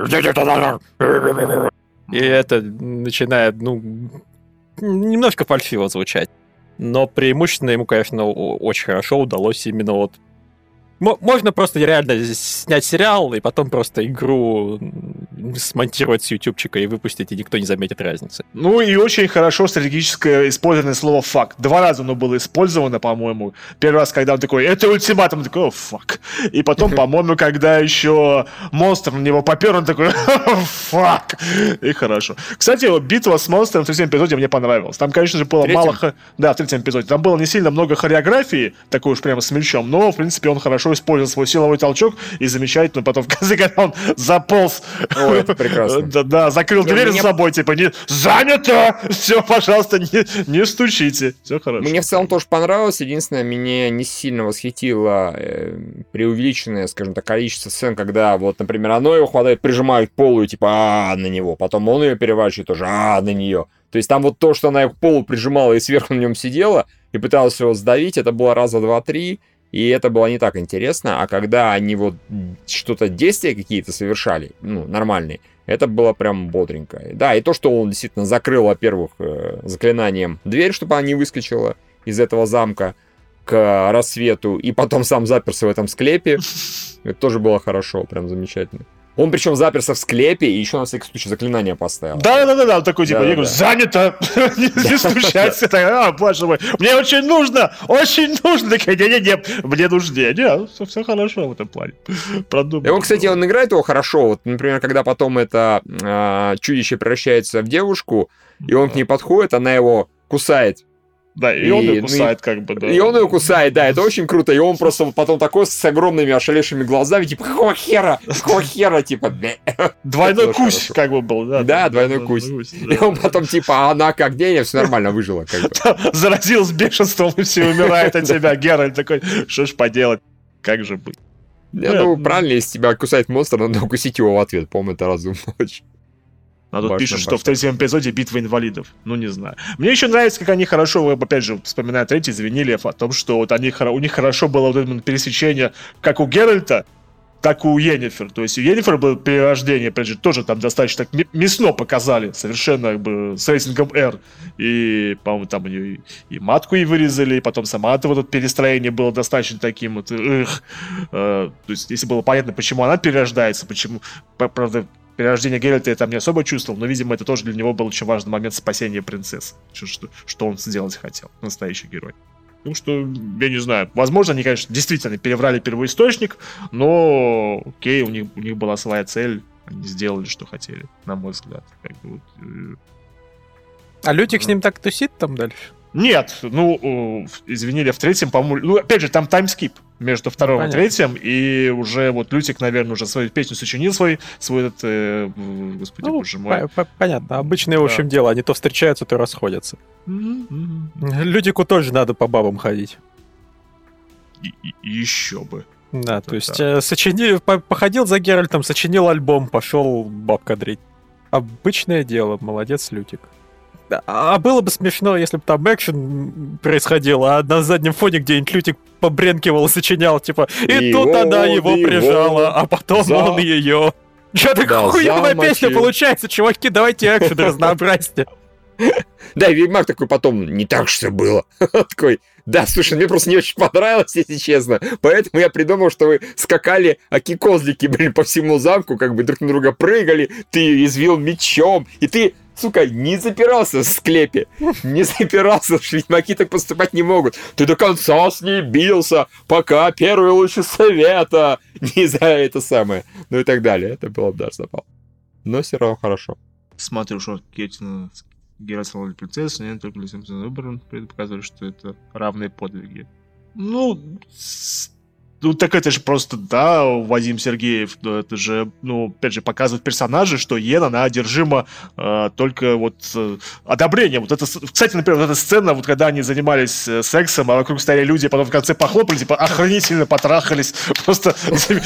И это начинает, ну, немножко фальшиво звучать. Но преимущественно ему, конечно, очень хорошо удалось именно вот... Можно просто реально снять сериал и потом просто игру смонтировать с ютубчика и выпустить, и никто не заметит разницы. Ну и очень хорошо стратегическое использованное слово «фак». Два раза оно было использовано, по-моему. Первый раз, когда он такой, это ультиматум, он такой, о, фак. И потом, по-моему, когда еще монстр на него попер, он такой, фак. И хорошо. Кстати, битва с монстром в третьем эпизоде мне понравилась. Там, конечно же, было мало... Да, в третьем эпизоде. Там было не сильно много хореографии, такой уж прямо с мечом, но, в принципе, он хорошо использовал свой силовой толчок и замечательно потом в конце, когда он заполз. Ой, это прекрасно. Да, да, закрыл Не, дверь мне... за собой, типа, не занято! Все, пожалуйста, не, не стучите. Все хорошо. Мне в целом тоже понравилось. Единственное, меня не сильно восхитило э, преувеличенное, скажем так, количество сцен, когда, вот, например, оно его хватает, прижимает к полу и типа а на него. Потом он ее переворачивает тоже а на нее. То есть там вот то, что она его к полу прижимала и сверху на нем сидела и пыталась его сдавить, это было раза два-три. И это было не так интересно, а когда они вот что-то, действия какие-то совершали, ну, нормальные, это было прям бодренько. Да, и то, что он действительно закрыл, во-первых, заклинанием дверь, чтобы она не выскочила из этого замка к рассвету, и потом сам заперся в этом склепе, это тоже было хорошо, прям замечательно. Он причем заперся в склепе и еще на всякий случай заклинание поставил. Да-да-да, он такой типа, я говорю, занято, не стучаться. А, боже мой, мне очень нужно, очень нужно. Такая, не-не-не, мне нужнее. Не, все хорошо в этом плане. И он, кстати, он играет его хорошо. Вот, например, когда потом это чудище превращается в девушку, и он к ней подходит, она его кусает. Да, и, и он ее кусает, ну, как бы, да. И он ее кусает, да, это очень круто. И он просто потом такой с огромными ошалевшими глазами, типа, какого хера, какого хера, типа, двойной кусь, как бы был, да. Да, двойной кусь. И он потом, типа, она как день, все нормально выжила, как бы. Заразилась бешенством, и все умирают от тебя. Геральт такой, что ж поделать, как же быть. Ну, правильно, если тебя кусает монстр, надо укусить его в ответ, по-моему, это разумно очень. А тут пишут, что в третьем эпизоде битва инвалидов. Ну, не знаю. Мне еще нравится, как они хорошо, опять же, вспоминая третий, Звенилев, о том, что вот они, у них хорошо было вот это пересечение как у Геральта, так и у Йеннифер. То есть у Йеннифер было перерождение, опять же, тоже там достаточно так мясно показали, совершенно как бы с рейтингом R. И, по-моему, там и, и матку ей вырезали, и потом сама это вот это перестроение было достаточно таким вот, эх. Э, то есть, если было понятно, почему она перерождается, почему, правда, перерождение Геральта я там не особо чувствовал, но, видимо, это тоже для него был очень важный момент спасения принцессы. Что, что, что он сделать хотел, настоящий герой. Ну что, я не знаю, возможно, они, конечно, действительно переврали первоисточник, но окей, у них, у них была своя цель, они сделали, что хотели, на мой взгляд. Как бы, вот, а Лютик с ним так тусит там дальше? Нет, ну, извинили, в третьем, по-моему, ну, опять же, там таймскип между вторым ну, и третьим, и уже вот Лютик, наверное, уже свою песню сочинил, свой, свой этот, э, господи, ну, боже мой. Понятно, обычное, да. В общем, дело, они то встречаются, то расходятся. Mm-hmm, mm-hmm. Лютику тоже надо по бабам ходить. И, и, еще бы. Да, это то есть да. Сочинил, походил за Геральтом, сочинил альбом, пошел баб кадрить. Обычное дело, молодец, Лютик. А было бы смешно, если бы там экшен происходил, а на заднем фоне где-нибудь Лютик побренкивал, сочинял, типа, и, и тут он, она его прижала, его а потом за... он ее. Что-то да, хуевая замочил. Песня получается, чуваки, давайте экшен разнообразьте. Да, и Ведьмак такой потом, не так все было. Такой, да, слушай, мне просто не очень понравилось, если честно. Поэтому я придумал, что вы скакали, аки-козлики, блин, по всему замку, как бы друг на друга прыгали, ты извил мечом, и ты... Сука, не запирался в склепе, не запирался, что ведьмаки так поступать не могут. Ты до конца с ней бился, пока первые лучи совета не за это самое. Ну и так далее. Это было, да, запал. но все равно хорошо. Смотрю, что Кетина Геральт принцесса, нет, только для выбора показывали, что это равные подвиги. Ну, ну так это же просто, да, Вадим Сергеев, это же, ну, опять же, показывает персонажа, что Йен, она одержима э, только вот э, одобрением. Вот это, кстати, например, вот эта сцена, вот когда они занимались э, сексом, а вокруг стояли люди, а потом в конце похлопали, типа, охренительно потрахались, просто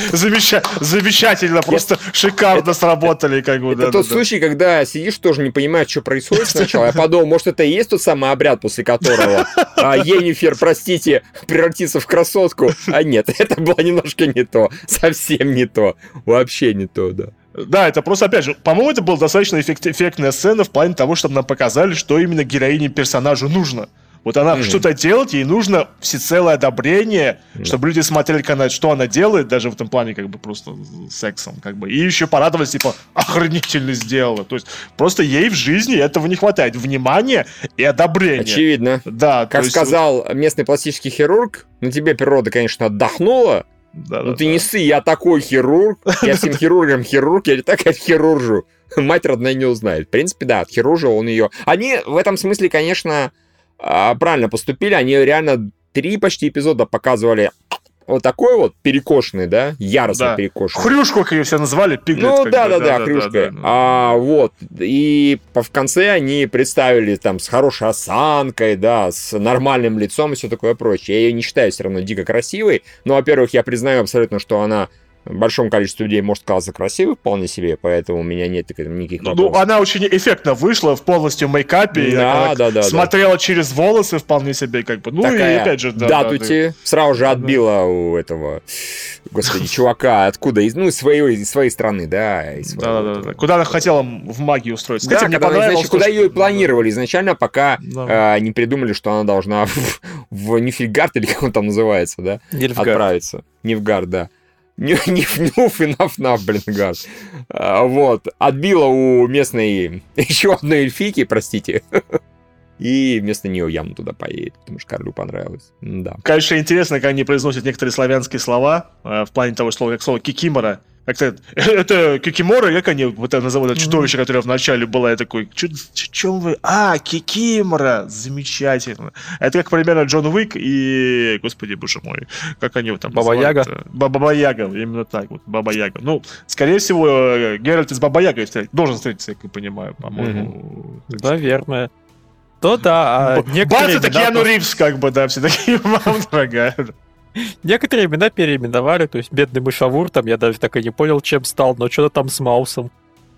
замечательно, просто шикарно сработали, как бы. Это тот случай, когда сидишь, тоже не понимаешь, что происходит сначала, я подумал, может, это и есть тот самый обряд, после которого Йеннифер, простите, превратится в красотку, а нет, это было немножко не то, совсем не то, вообще не то, да. Да, это просто, опять же, по-моему, это была достаточно эффект, эффектная сцена в плане того, чтобы нам показали, что именно героине персонажу нужно. Вот она mm-hmm. что-то делает, ей нужно всецелое одобрение, mm-hmm. чтобы люди смотрели, как она, что она делает, даже в этом плане, как бы, просто сексом, как бы. И еще порадовались, типа, охренительно сделала. То есть, просто ей в жизни этого не хватает. Внимания и одобрения. Очевидно. Да. Как есть, сказал вот... местный пластический хирург, на тебе природа, конечно, отдохнула, да, но да, ты да. не ссы, я такой хирург, я всем хирургам хирург, я так отхируржу. Мать родная не узнает. В принципе, да, отхируржил он ее. Они в этом смысле, конечно... правильно поступили, они реально три почти эпизода показывали вот такой вот перекошенный, да, яростно да. перекошенный. Хрюшку, как ее все назвали, пиглет. Ну да-да-да, да, хрюшка. Да, да, да. А, вот, и в конце они представили там с хорошей осанкой, да, с нормальным лицом и все такое прочее. Я ее не считаю все равно дико красивой, но, во-первых, я признаю абсолютно, что она большому количеству людей может казаться красивой вполне себе, поэтому у меня нет никаких вопросов. Ну, она очень эффектно вышла в полностью мейкапе. Да, да, да. Смотрела да. через волосы вполне себе, как бы. Ну, такая, и опять же, да. Датути, да, сразу же отбила у этого, господи, чувака, откуда? Из, ну, из своей, из своей страны, да. Из да, да, да. Куда она хотела в магии устроиться. Да, Кстати, мне она, понравилось, значит, куда что... ее и планировали изначально, пока да. э, не придумали, что она должна в, в Нифельгард, или как он там называется, да, Нильфгард. отправиться. Нильфгард, да. Ниф-нюф и наф-наф, блин, гад. А, вот. Отбила у местной еще одной эльфийки, простите. И вместо нее явно туда поедет, потому что Карлю понравилось. Да. Конечно, интересно, как они произносят некоторые славянские слова, э, в плане того, что как слово кикимора. Как-то, это кикимора, как они вот это называют, это чудовище, которое в начале было, я такой, чем вы? А, кикимора, замечательно. Это как примерно Джон Уик и, господи, боже мой, как они вот там Баба-Яга? Баба-Яга, именно так вот, Баба-Яга. Ну, скорее всего, Геральт из Баба-Яга должен встретиться, как я понимаю, по-моему. Mm-hmm. Наверное. То да, а Бац, это Киану Ривз, как бы, да, все такие, мама дорогая. Некоторые имена переименовали, то есть бедный мышавур, там я даже так и не понял, чем стал, но что-то там с Маусом.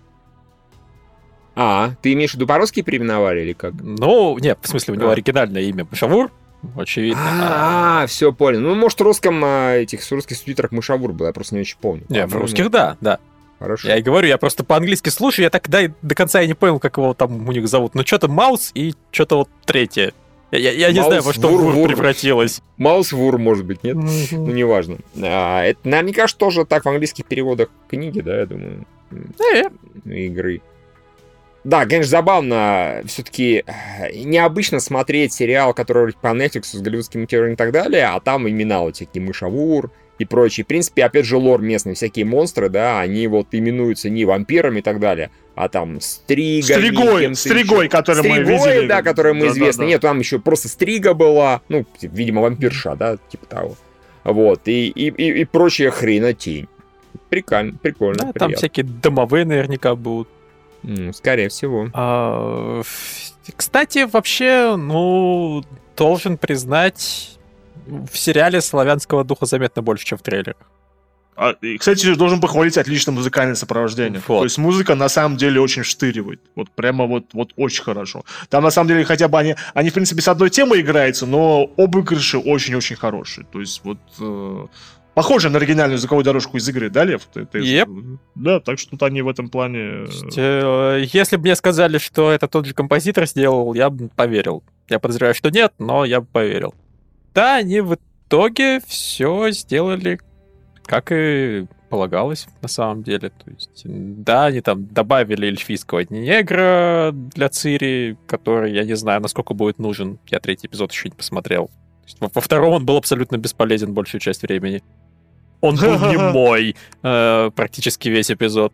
А, ты имеешь в виду по-русски переименовали или как? Ну, нет, в смысле, у него а. оригинальное имя Мышавур, очевидно. А, все понял. Ну, может, в русском, этих, в русских субтитрах Мышавур был, я просто не очень помню. Не, в русских, да, да. Хорошо. Я и говорю, я просто по-английски слушаю, я так да, до конца я не понял, как его там у них зовут. Ну, что-то Маус и что-то вот третье. Я, я, я не знаю, во что вур, Вур вур. превратилось. Маус-вур, может быть, нет? Mm-hmm. Ну, неважно. А, это наверняка же тоже так в английских переводах книги, да, я думаю. Yeah. Игры. Да, конечно, забавно. Все-таки необычно смотреть сериал, который по Netflix с голливудским материалом и так далее, а там имена вот всякие Мышавур и прочее. В принципе, опять же, лор местный, всякие монстры, да, они вот именуются не вампирами и так далее, а там Стригой. Стригой, Стригой, который мы видели. да, которая мы да, известны. Да, да. Нет, там еще просто Стрига была, ну, видимо, вампирша, да, типа того. Вот, и, и, и, и прочая хренотень. Прикольно, прикольно, да, приятно. там всякие домовые наверняка будут. Ну, скорее всего. А, кстати, вообще, ну, должен признать, в сериале славянского духа заметно больше, чем в трейлерах. А, и, кстати, должен похвалить отличное музыкальное сопровождение. Вот. То есть музыка на самом деле очень штыривает. Вот прямо вот, вот очень хорошо. Там на самом деле хотя бы они, они в принципе с одной темой играются, но обыгрыши очень-очень хорошие. То есть вот... Э, похоже на оригинальную звуковую дорожку из игры, да, Лев? Ты, ты... Yep. Да, так что тут они в этом плане... Есть, э, если бы мне сказали, что это тот же композитор сделал, я бы поверил. Я подозреваю, что нет, но я бы поверил. Да, они в итоге все сделали, как и полагалось на самом деле. То есть, да, они там добавили эльфийского негра для Цири, который, я не знаю, насколько будет нужен. Я третий эпизод еще не посмотрел. То есть, во, во втором он был абсолютно бесполезен большую часть времени. Он был не мой э, практически весь эпизод.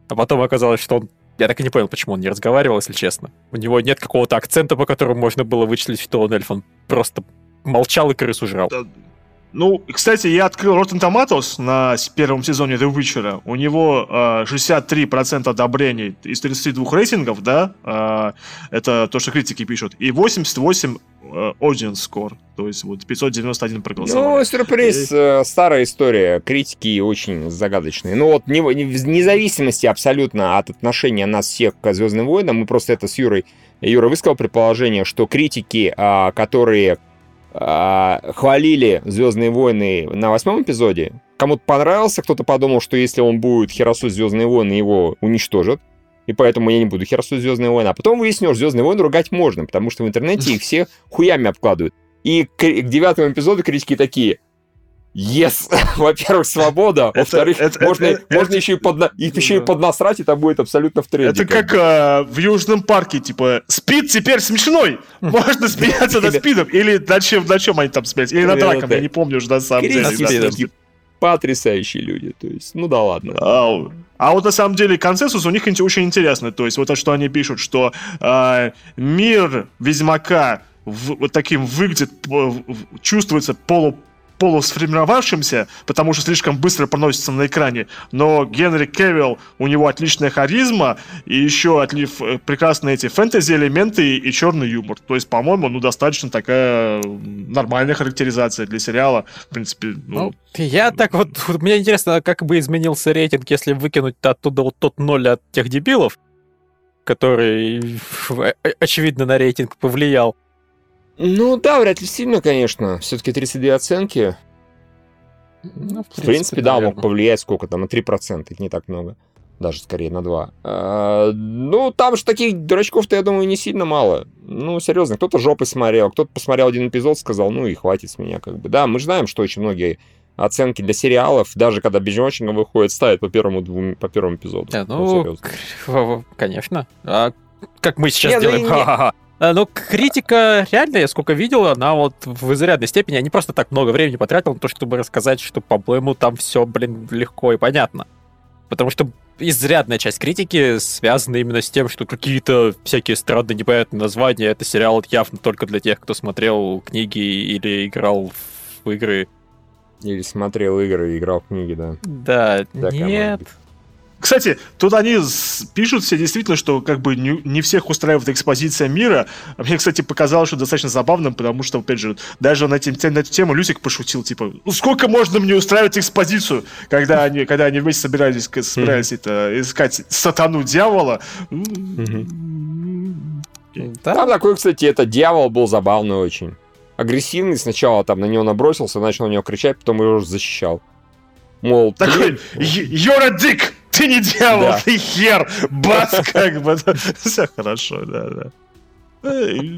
А потом оказалось, что он... Я так и не понял, почему он не разговаривал, если честно. У него нет какого-то акцента, по которому можно было вычислить, что он эльф. Он просто молчал и крысу жрал. Ну, кстати, я открыл Rotten Tomatoes на первом сезоне The Witcher. У него э, шестьдесят три процента одобрений из тридцати двух рейтингов, да? Э, это то, что критики пишут. И восемьдесят восемь э, audience score. То есть вот пятьсот девяносто один проголосовали. Ну, сюрприз. И... Старая история. Критики очень загадочные. Ну вот, не, не, вне зависимости абсолютно от отношения нас всех к «Звездным войнам», мы просто это с Юрой... Юра высказал предположение, что критики, э, которые... хвалили «Звездные войны» на восьмом эпизоде. Кому-то понравился, кто-то подумал, что если он будет херосуть «Звездные войны», его уничтожат. И поэтому я не буду херосуть «Звездные войны». А потом выяснилось, «Звездные войны» ругать можно, потому что в интернете их все хуями обкладывают. И к, к девятому эпизоду критики такие: Yes! Во-первых, свобода. Во-вторых, это, можно, это, можно это, еще, и подна... еще и поднасрать, это будет абсолютно в тренде. Это как, как а, в Южном парке, типа, спид теперь смешной. Можно смеяться над спидом. Или на чем, на чем они там смеются? Или над раком, я не помню уже на самом деле. Потрясающие люди. То есть, ну да ладно. А, а вот на самом деле консенсус у них очень интересный. То есть, вот то, что они пишут, что э, мир Ведьмака в, вот таким выглядит, чувствуется полу полусформировавшимся, потому что слишком быстро проносится на экране, но Генри Кевилл, у него отличная харизма, и еще отлив, прекрасные эти фэнтези-элементы и черный юмор. То есть, по-моему, ну, достаточно такая нормальная характеризация для сериала. В принципе, ну... ну я так вот... Мне интересно, как бы изменился рейтинг, если выкинуть оттуда вот тот ноль от тех дебилов, который, очевидно, на рейтинг повлиял. Ну да, вряд ли сильно, конечно. Все-таки тридцать две оценки. Ну, в принципе, в принципе да, наверное. Мог повлиять сколько там, на три процента, это не так много. Даже скорее на два. А, ну, там же таких дурачков-то, я думаю, не сильно мало. Ну, серьезно, кто-то жопой смотрел, кто-то посмотрел один эпизод, сказал, ну и хватит с меня, как бы. Да, мы же знаем, что очень многие оценки для сериалов, даже когда бинж-вотчинг выходит, ставят по первому, двум, по первому эпизоду. Да, ну, ну конечно. А как мы сейчас Нет, делаем? Ха-ха-ха. Ну, критика, реально, я сколько видел, она вот в изрядной степени, я не просто так много времени потратил на то, чтобы рассказать, что, по-моему, там все, блин, легко и понятно. Потому что изрядная часть критики связана именно с тем, что какие-то всякие странные, непонятные названия, это сериал явно только для тех, кто смотрел книги или играл в игры. Или смотрел игры и играл в книги, да. Да, так, нет... Кстати, тут они пишут все действительно, что как бы не, не всех устраивает экспозиция мира. Мне, кстати, показалось, что достаточно забавным, потому что, опять же, даже на, тем, на эту тему Люсик пошутил, типа, ну сколько можно мне устраивать экспозицию, когда они, когда они вместе собирались, собирались mm-hmm. это, искать сатану дьявола. Mm-hmm. Да? Там такой, кстати, это дьявол был забавный очень. Агрессивный сначала, там на него набросился, начал на него кричать, потом его уже защищал. Мол, такой, you're a dick! Ты не дьявол, да. Ты хер! Бац, как бы. Все хорошо, да, да.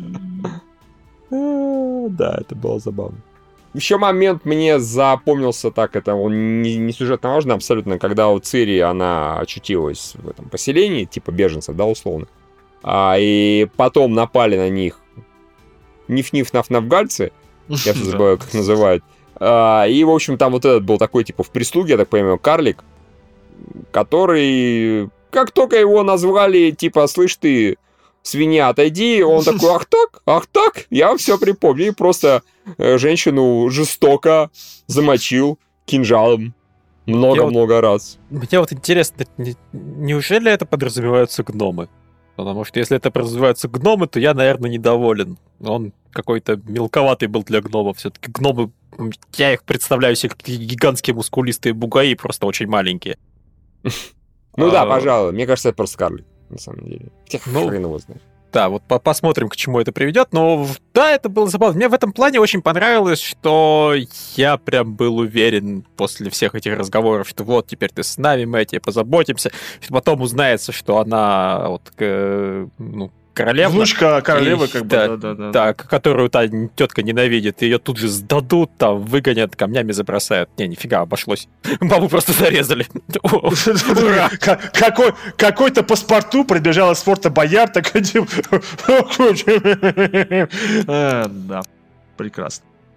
Да, это было забавно. Еще момент мне запомнился так, это он не, не сюжетно важно абсолютно, когда у Цири она очутилась в этом поселении, типа беженцев, да, условно. А, и потом напали на них ниф-ниф-наф-нафгальцы, я все забываю, как называют. А, и, в общем, там вот этот был такой, типа, в прислуге, я так понимаю, карлик, который, как только его назвали, типа, слышь ты, свинья, отойди, он такой, ах так, ах так, я все припомню. И просто женщину жестоко замочил кинжалом много-много вот, раз. Мне вот интересно, неужели это подразумеваются гномы? Потому что если это подразумеваются гномы, то я, наверное, недоволен. Он какой-то мелковатый был для гномов. Все-таки гномы, я их представляю себе как гигантские мускулистые бугаи, просто очень маленькие. Ну да, пожалуй. Мне кажется, это просто Карлик, на самом деле. Ну, хрен его знает. Да, вот посмотрим, к чему это приведет. Но да, это было забавно. Мне в этом плане очень понравилось, что я прям был уверен после всех этих разговоров, что вот теперь ты с нами, мы о тебе позаботимся. Что потом узнается, что она вот, ну, королева. Внучка королевы, и, как бы, да, да, да, да. Да, которую та тетка ненавидит. Ее тут же сдадут, там, выгонят, камнями забросают. Не, нифига, обошлось. Бабу просто зарезали. Ура! Какой-то паспорту прибежал из форта Боярд, такой, да, прекрасно.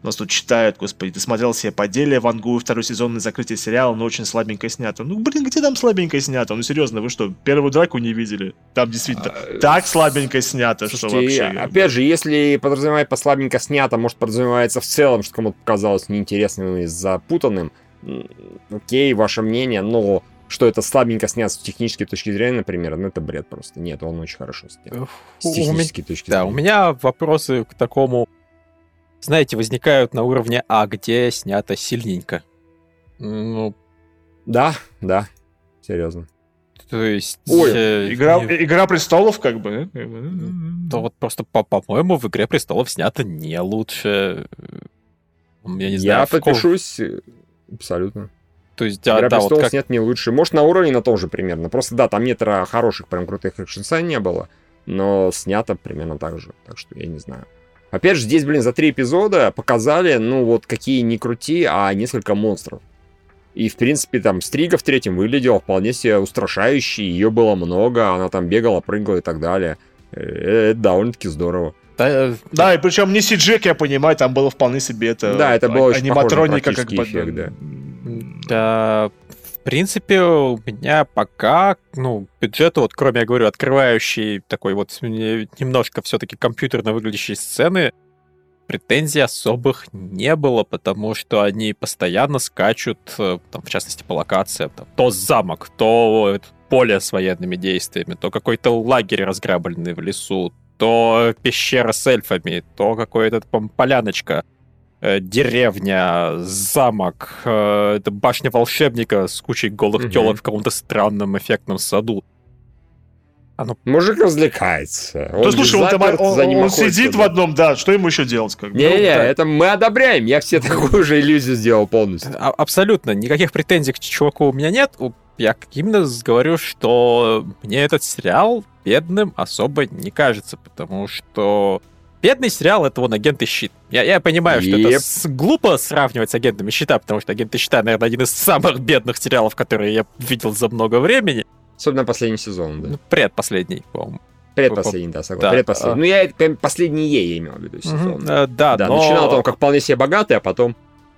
нас тут читают, господи, ты смотрел себе поделие Ван Гу, второй сезон на закрытие сериала, но очень слабенько снято. Ну, блин, где там слабенько снято? Ну, серьезно, вы что, первую драку не видели? Там действительно а, так слабенько снято, слушайте, что вообще... Опять же, если подразумевать по слабенько снято, может, подразумевается в целом, что кому-то показалось неинтересным и запутанным, окей, ваше мнение, но что это слабенько снято с технической точки зрения, например, ну, это бред просто. Нет, он очень хорошо снят. С технической меня... точки да, зрения. У меня вопросы к такому... Знаете, возникают на уровне, а где снято сильненько. Ну, да, да, серьезно. То есть... Ой, э, игра, не... «Игра престолов» как бы. То вот просто, по- по-моему, в «Игре престолов» снято не лучше. Я не знаю, Я подпишусь кого... абсолютно. То есть, «Игра да, престолов» вот как... снят не лучше. Может, на уровне на том же примерно. Просто, да, там нет хороших, прям крутых экшн-сцен не было, но снято примерно так же. Так что я не знаю. Опять же, здесь, блин, за три эпизода показали, ну, вот какие не крути, а несколько монстров. И, в принципе, там Стрига в третьем выглядела вполне себе устрашающей, ее было много, она там бегала, прыгала и так далее. Это довольно-таки здорово. Да, да, и причем не си джи, я понимаю, там было вполне себе это... Да, это было очень похоже на как эффект, да. Да, в принципе, у меня пока, ну, бюджет, вот, кроме, я говорю, открывающей такой вот немножко все-таки компьютерно выглядящей сцены, претензий особых не было, потому что они постоянно скачут, там, в частности, по локациям. Там, то замок, то поле с военными действиями, то какой-то лагерь разграбленный в лесу, то пещера с эльфами, то какая-то там поляночка, э, деревня, замок, э, это башня волшебника с кучей голых mm-hmm. тёлок в каком-то странном эффектном саду. Оно... Мужик развлекается. Он, слушай, он, там, он, он сидит да. в одном, да, что ему еще делать? Не-не, ну, да. это мы одобряем, я все такую же иллюзию сделал полностью. А- абсолютно, никаких претензий к чуваку у меня нет. Я именно говорю, что мне этот сериал бедным особо не кажется, потому что бедный сериал — это вон «Агенты Щит». Я, я понимаю, yep. что это с- глупо сравнивать с «Агентами Щита», потому что «Агенты Щита», наверное, один из самых бедных сериалов, которые я видел за много времени. Особенно последний сезон, да. Ну, предпоследний, по-моему. Предпоследний, да, согласен. Да. Предпоследний. Ну, я это последние, я имел в виду сезон. Uh-huh. Uh, да, да, но... начинал там как вполне себе богатый, а потом...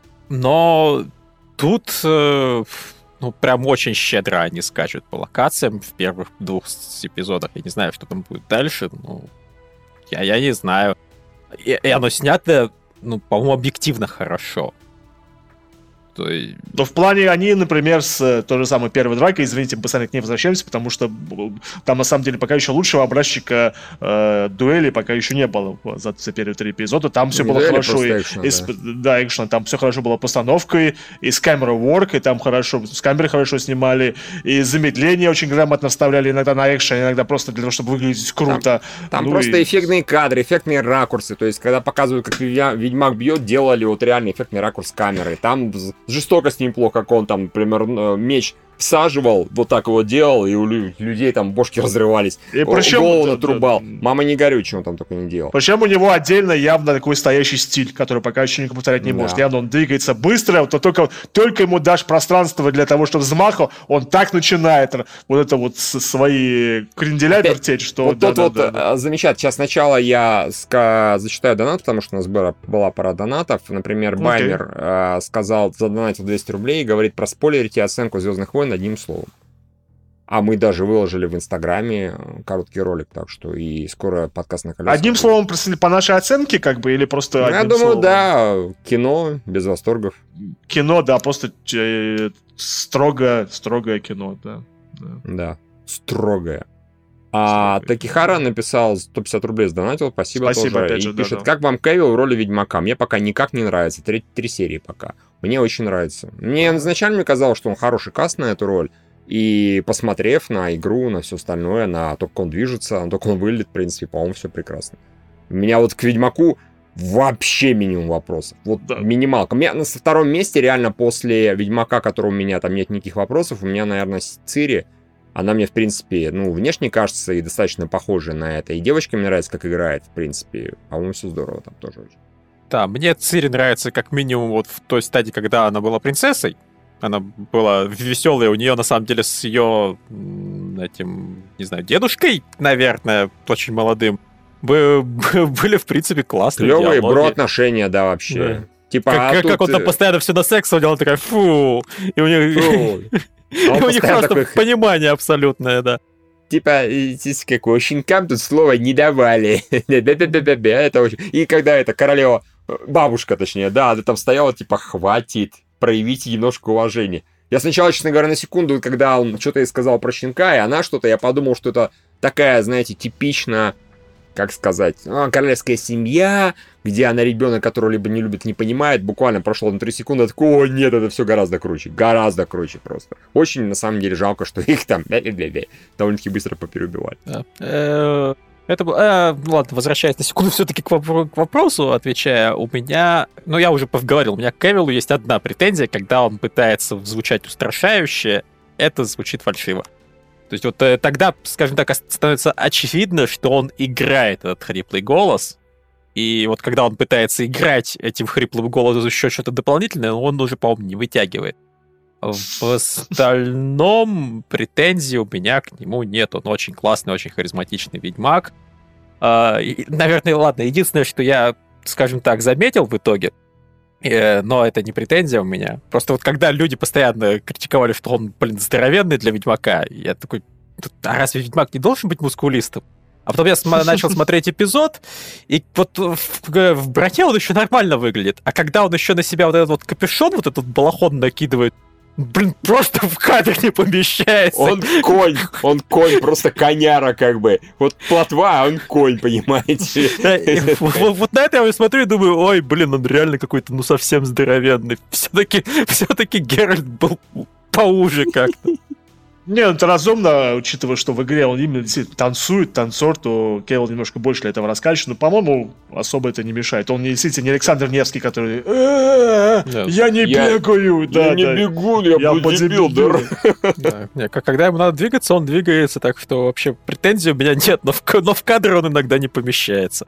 Но тут, э, ну, прям очень щедро они скачут по локациям в первых двух эпизодах. Я не знаю, что там будет дальше, но я, я не знаю. И, и оно снято, ну, по-моему, объективно хорошо. То есть... Но в плане они, например, с той же самой первой дракой, извините, мы постоянно к ней возвращаемся, потому что там, на самом деле, пока еще лучшего образчика э, дуэли пока еще не было за, за первые три эпизода. Там все было хорошо. И, экшена, и, да. да, экшена, там все хорошо было постановкой, и с камерой work, и там хорошо, с камерой хорошо снимали, и замедление очень грамотно вставляли иногда на экшен, иногда просто для того, чтобы выглядеть круто. Там, там ну просто и... эффектные кадры, эффектные ракурсы, то есть, когда показывают, как Ведьмак бьет, делали вот реально эффектный ракурс камеры. Там жестокость неплохо, как он там, например, меч всаживал, вот так его делал, и у людей там бошки разрывались, и причем, голову натрубал. Да, да. Мама, не горюй, чего он там только не делал. Причем у него отдельно явно такой стоящий стиль, который пока еще никто повторять не да. может. Явно он двигается быстро, то только, только ему дашь пространство для того, чтобы взмахал, он так начинает вот это вот свои кренделя Опять, вертеть, что... Вот да, тот да, вот да, да. замечательно. Сейчас сначала я ска- зачитаю донат, потому что у нас была, была пара донатов. Например, Баймер okay. э, сказал, задонатил двести рублей и говорит про спойлерить и оценку «Звездных войн» одним словом. А мы даже выложили в Инстаграме короткий ролик, так что и скоро подкаст на колесах. Одним словом, по нашей оценке, как бы, или просто ну, одним я думаю, словом? да, кино, без восторгов. Кино, да, просто э, строго, строгое кино, да. Да, да строгое. А строгое. Такихара написал сто пятьдесят рублей, сдонатил, спасибо, спасибо тоже. Опять же, и да, пишет, да. как вам Кевилл в роли Ведьмака? Мне пока никак не нравится, три, три серии пока. Мне очень нравится. Мне изначально казалось, что он хороший каст на эту роль. И посмотрев на игру, на все остальное, на то, как он движется, на то, как он выглядит, в принципе, по-моему, все прекрасно. У меня вот к Ведьмаку вообще минимум вопросов. Вот да. минималка. У меня на втором месте реально после Ведьмака, которого у меня там нет никаких вопросов, у меня, наверное, Цири. Она мне, в принципе, ну, внешне кажется и достаточно похожа на это. И девочка мне нравится, как играет, в принципе. По-моему, все здорово там тоже очень. Да, мне Цири нравится как минимум вот в той стадии, когда она была принцессой. Она была веселая, у нее на самом деле с ее этим, не знаю, дедушкой, наверное, очень молодым, были, в принципе, классные клевые диалоги. бро-отношения, да, вообще. Типа, Как, а как, тут... как он там постоянно все на секс сводил, он такой, фу. И у них, фу. и А он у них постоянно просто такой, понимание абсолютное, да. типа, и здесь как у щенкам тут слова не давали. Бе-бе-бе-бе-бе, это очень... И когда эта королева, бабушка точнее, да, она там стояла, типа, хватит, проявите немножко уважения. Я сначала, честно говоря, на секунду, когда он что-то ей сказал про щенка, и она что-то, я подумал, что это такая, знаете, типично, как сказать, ну, королевская семья, где она ребенок, которого либо не любит, не понимает, буквально прошло на три секунды, я такой, о, нет, это все гораздо круче, гораздо круче просто. Очень, на самом деле, жалко, что их там довольно-таки быстро попереубивали. Да. Э, Это было... Э, ладно, возвращаясь на секунду все-таки к, вопро- к вопросу, отвечая, у меня... Ну, я уже говорил, у меня к Кевиллу есть одна претензия, когда он пытается звучать устрашающе, это звучит фальшиво. То есть вот э, тогда, скажем так, становится очевидно, что он играет этот хриплый голос, и вот когда он пытается играть этим хриплым голосом еще что-то дополнительное, он уже, по-моему, не вытягивает. В остальном претензий у меня к нему нет. Он очень классный, очень харизматичный ведьмак. А, и, наверное, ладно, единственное, что я, скажем так, заметил в итоге, э, но это не претензия у меня. Просто вот когда люди постоянно критиковали, что он, блин, здоровенный для ведьмака, я такой, а разве ведьмак не должен быть мускулистым? А потом я см- начал смотреть эпизод, и вот в, в броне он еще нормально выглядит. А когда он еще на себя вот этот вот капюшон, вот этот балахон накидывает, блин, просто в кадр не помещается. Он конь, он конь, просто коняра как бы. Вот плотва, а он конь, понимаете? Вот на это я смотрю и думаю, ой, блин, он реально какой-то, ну, совсем здоровенный. Все-таки все-таки Геральт был поуже как-то. Не, ну это разумно, учитывая, что в игре он именно действительно танцует, танцор, то Кевилл немножко больше для этого раскачан, но, по-моему, особо это не мешает. Он не, действительно не Александр Невский, который «Я не бегаю!» Я не бегу, я бодибилдер. Когда ему надо двигаться, он двигается, так что вообще претензий у меня нет, но в кадр он иногда не помещается.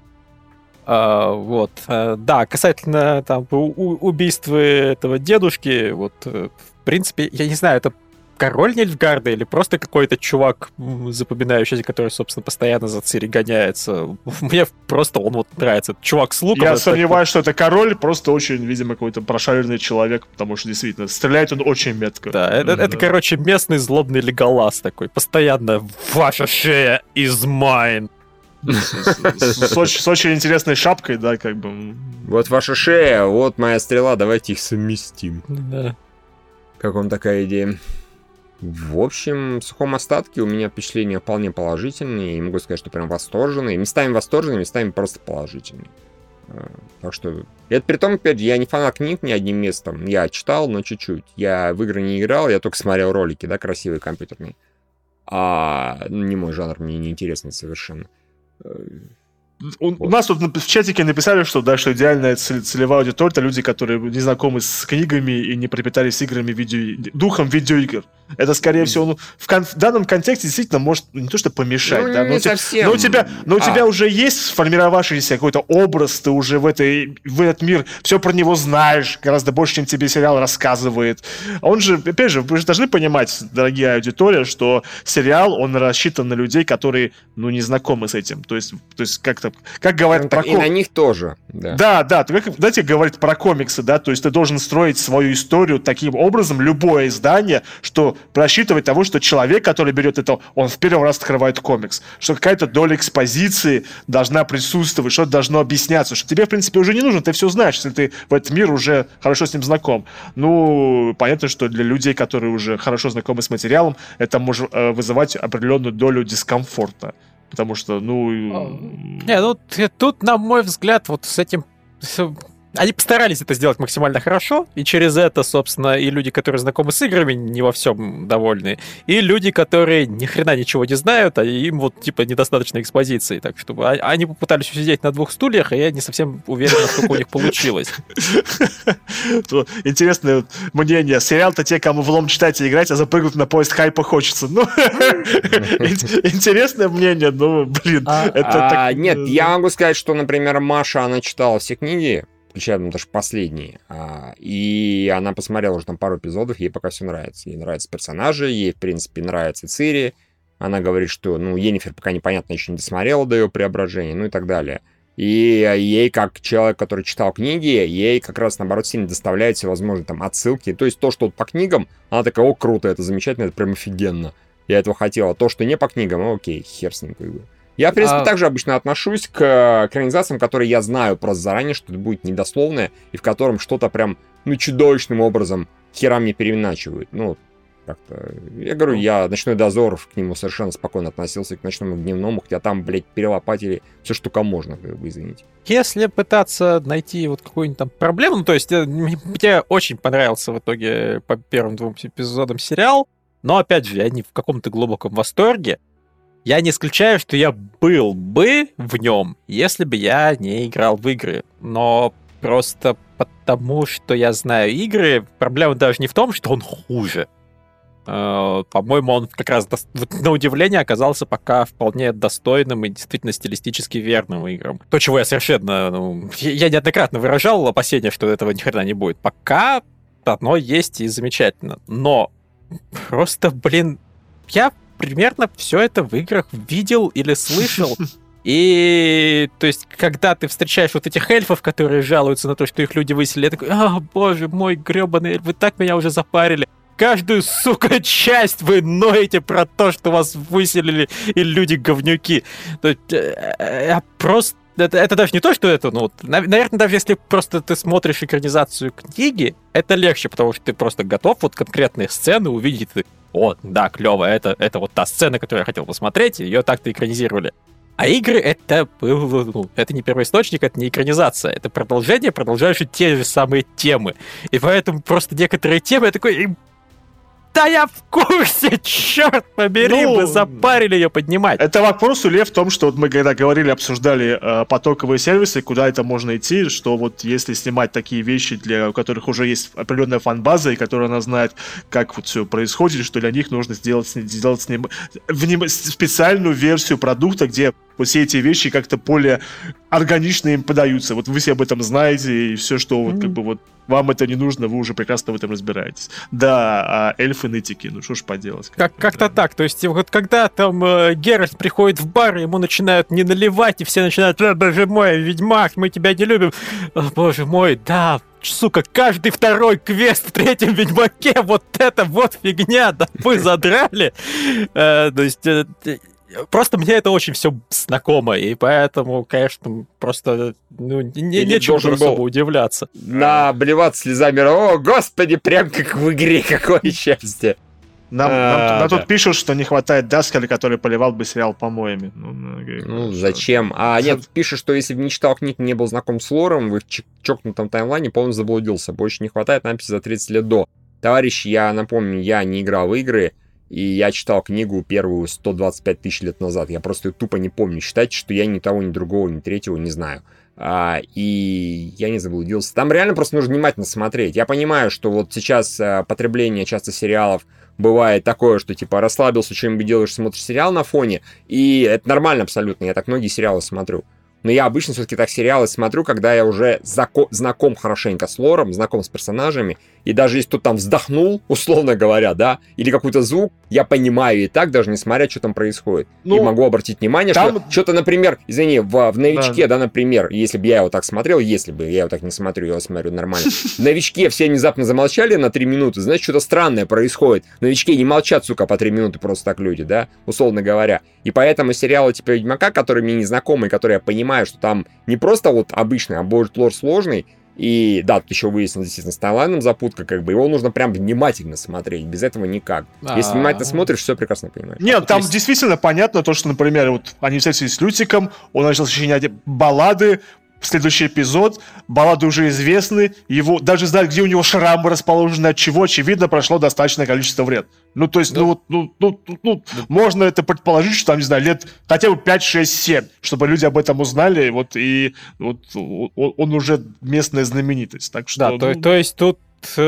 Вот. Да, касательно там убийства этого дедушки, вот, в принципе, я не знаю, это король Нильфгарда или просто какой-то чувак запоминающийся, который, собственно, постоянно за Цири гоняется. Мне просто он вот нравится. Этот чувак с луком. Я сомневаюсь, что это король, просто очень, видимо, какой-то прошаренный человек, потому что действительно стреляет он очень метко. Да, это, mm-hmm. это, короче, местный злобный Леголас такой. Постоянно «Ваша шея is mine». С очень, с очень интересной шапкой, да, как бы. Вот ваша шея, вот моя стрела, давайте их совместим. Да. Как вам такая идея? В общем, в сухом остатке у меня впечатления вполне положительные, и могу сказать, что прям восторженные. Местами восторженные, местами просто положительные. Так что... Это при том, опять же, я не фанат книг ни одним местом. Я читал, но чуть-чуть. Я в игры не играл, я только смотрел ролики, да, красивые, компьютерные. А не мой жанр, мне неинтересно совершенно. У, вот. У нас тут в чатике написали, что, да, что идеальная целевая аудитория — это люди, которые не знакомы с книгами и не пропитались играми, видео... духом видеоигр. Это, скорее mm. всего, ну, в, кон... в данном контексте действительно может не то что помешать, ну, да, не но, совсем. но у тебя, но у а. тебя уже есть сформировавшийся какой-то образ, ты уже в, этой, в этот мир все про него знаешь, гораздо больше, чем тебе сериал рассказывает. Он же, опять же, вы же должны понимать, дорогие аудитория, что сериал, он рассчитан на людей, которые, ну, не знакомы с этим. То есть, то есть как-то, как говорят ну, про ком... И на них тоже. Да, да, да. Как, знаете, говорить про комиксы, да, то есть ты должен строить свою историю таким образом, любое издание, что просчитывать того, что человек, который берет это, он в первый раз открывает комикс, что какая-то доля экспозиции должна присутствовать, что-то должно объясняться, что тебе, в принципе, уже не нужно, ты все знаешь, если ты в этот мир уже хорошо с ним знаком. Ну, понятно, что для людей, которые уже хорошо знакомы с материалом, это может э, вызывать определенную долю дискомфорта. Потому что, ну... Не, ну, тут, на мой взгляд, вот с этим... Они постарались это сделать максимально хорошо, и через это, собственно, и люди, которые знакомы с играми, не во всем довольны, и люди, которые ни хрена ничего не знают, а им вот, типа, недостаточно экспозиции. Так что они попытались усидеть на двух стульях, и я не совсем уверен, насколько у них получилось. Интересное мнение. Сериал-то те, кому влом читать и играть, а запрыгнуть на поезд хайпа хочется. Ну, интересное мнение, ну, блин. Нет, я могу сказать, что, например, Маша, она читала все книги, включая ну, даже последние. А, и она посмотрела уже там пару эпизодов, ей пока все нравится. Ей нравятся персонажи, ей, в принципе, нравится Цири. Она говорит, что, ну, Йеннифер пока непонятно, еще не досмотрела до ее преображения, ну и так далее. И ей, как человек, который читал книги, ей как раз, наоборот, сильно доставляет всевозможные там отсылки. То есть то, что вот по книгам, она такая, о, круто, это замечательно, это прям офигенно. Я этого хотела. То, что не по книгам, ну, окей, хер с ним. Как бы. Я, в принципе, а... также обычно отношусь к экранизациям, которые я знаю просто заранее, что это будет недословное, и в котором что-то прям, ну, чудовищным образом херам не переиначивают. Ну, как-то... Я говорю, я «Ночной дозор» к нему совершенно спокойно относился, к «Ночному дневному», хотя там, блядь, перелопатили все, что только можно, как бы, извините. Если пытаться найти вот какую-нибудь там проблему, ну, то есть мне очень понравился в итоге по первым двум эпизодам сериал, но, опять же, я не в каком-то глубоком восторге. Я не исключаю, что я был бы в нем, если бы я не играл в игры. Но просто потому, что я знаю игры, проблема даже не в том, что он хуже. По-моему, он как раз на удивление оказался пока вполне достойным и действительно стилистически верным играм. То, чего я совершенно... Ну, я неоднократно выражал опасения, что этого ни хрена не будет. Пока одно есть и замечательно. Но просто, блин, я примерно все это в играх видел или слышал. И, то есть, когда ты встречаешь вот этих эльфов, которые жалуются на то, что их люди выселили, я такой, а, боже мой, гребаный эльф, вы так меня уже запарили. Каждую, сука, часть вы ноете про то, что вас выселили и люди-говнюки. То есть, я просто... Это, это даже не то, что это, ну, наверное, даже если просто ты смотришь экранизацию книги, это легче, потому что ты просто готов вот конкретные сцены увидеть. Ты, о, да, клево, это, это вот та сцена, которую я хотел посмотреть, ее так-то экранизировали. А игры это был, ну, это не первоисточник, это не экранизация, это продолжение, продолжающее те же самые темы. И поэтому просто некоторые темы я такой... Да я в курсе, черт побери, ну, вы запарили ее поднимать. Это вопрос, Лев, в том, что вот мы когда говорили, обсуждали э, потоковые сервисы, куда это можно идти, что вот если снимать такие вещи, для у которых уже есть определенная фан-база, и которая она знает, как вот все происходит, что для них нужно сделать, сделать с ним, вним, специальную версию продукта, где вот все эти вещи как-то более органично им подаются. Вот вы все об этом знаете, и все, что вот, как бы вот вам это не нужно, вы уже прекрасно в этом разбираетесь. Да, а эльфы нытики, ну что ж поделать. Как, как-то да. Так, то есть вот когда там э, Геральт приходит в бар, ему начинают не наливать, и все начинают, э, боже мой, ведьмак, мы тебя не любим. О, боже мой, да, сука, каждый второй квест в третьем Ведьмаке, вот это вот фигня, да вы задрали. Э, то есть... Э, Просто мне это очень все знакомо, и поэтому, конечно, просто ну, не, нечего особо удивляться. Наблеваться слезами, о, господи, прям как в игре, какое счастье. Нам, а, нам, нам да. тут пишут, что не хватает Даскаля, который поливал бы сериал помоями. Ну, ну зачем? А нет, пишет, что если бы не читал книг, не был знаком с лором, в их чокнутом таймлайне полностью заблудился. Больше не хватает надписи за тридцать лет до. Товарищи, я напомню, я не играл в игры, и я читал книгу первую сто двадцать пять тысяч лет назад. Я просто ее тупо не помню. Считайте, что я ни того, ни другого, ни третьего не знаю. А, и я не заблудился. Там реально просто нужно внимательно смотреть. Я понимаю, что вот сейчас а, потребление часто сериалов бывает такое, что типа расслабился, что-нибудь делаешь, смотришь сериал на фоне. И это нормально абсолютно. Я так многие сериалы смотрю. Но я обычно все-таки так сериалы смотрю, когда я уже зако- знаком хорошенько с лором, знаком с персонажами, и даже если кто-то там вздохнул, условно говоря, да, или какой-то звук, я понимаю и так, даже несмотря, что там происходит. Ну, и могу обратить внимание, там... что что-то, например, извини, в, в «Новичке», да. да, например, если бы я его так смотрел, если бы я его так не смотрю, я его смотрю нормально, в «Новичке» все внезапно замолчали на три минуты, значит, что-то странное происходит. В «Новичке» не молчат, сука, по три минуты просто так люди, да, условно говоря. И поэтому сериалы типа «Ведьмака», которые мне не знакомы, которые я понимаю, что там не просто вот обычный, а будет лор сложный, и да, тут еще выяснилось, действительно, с таймлайном запутка, как бы его нужно прям внимательно смотреть, без этого никак. А-а-а. Если внимательно смотришь, все прекрасно понимаешь. Нет, а там есть... действительно понятно то, что, например, вот они встретились с Лютиком, он начал сочинять баллады, следующий эпизод, баллады уже известны, его даже знают, где у него шрамы расположены, от чего, очевидно, прошло достаточное количество лет. Ну, то есть, да. ну, вот, ну, ну, ну, ну да. можно это предположить, что там, не знаю, лет хотя бы пять, шесть, семь, чтобы люди об этом узнали, вот, и вот он уже местная знаменитость, так что... Да, ну... то, то есть тут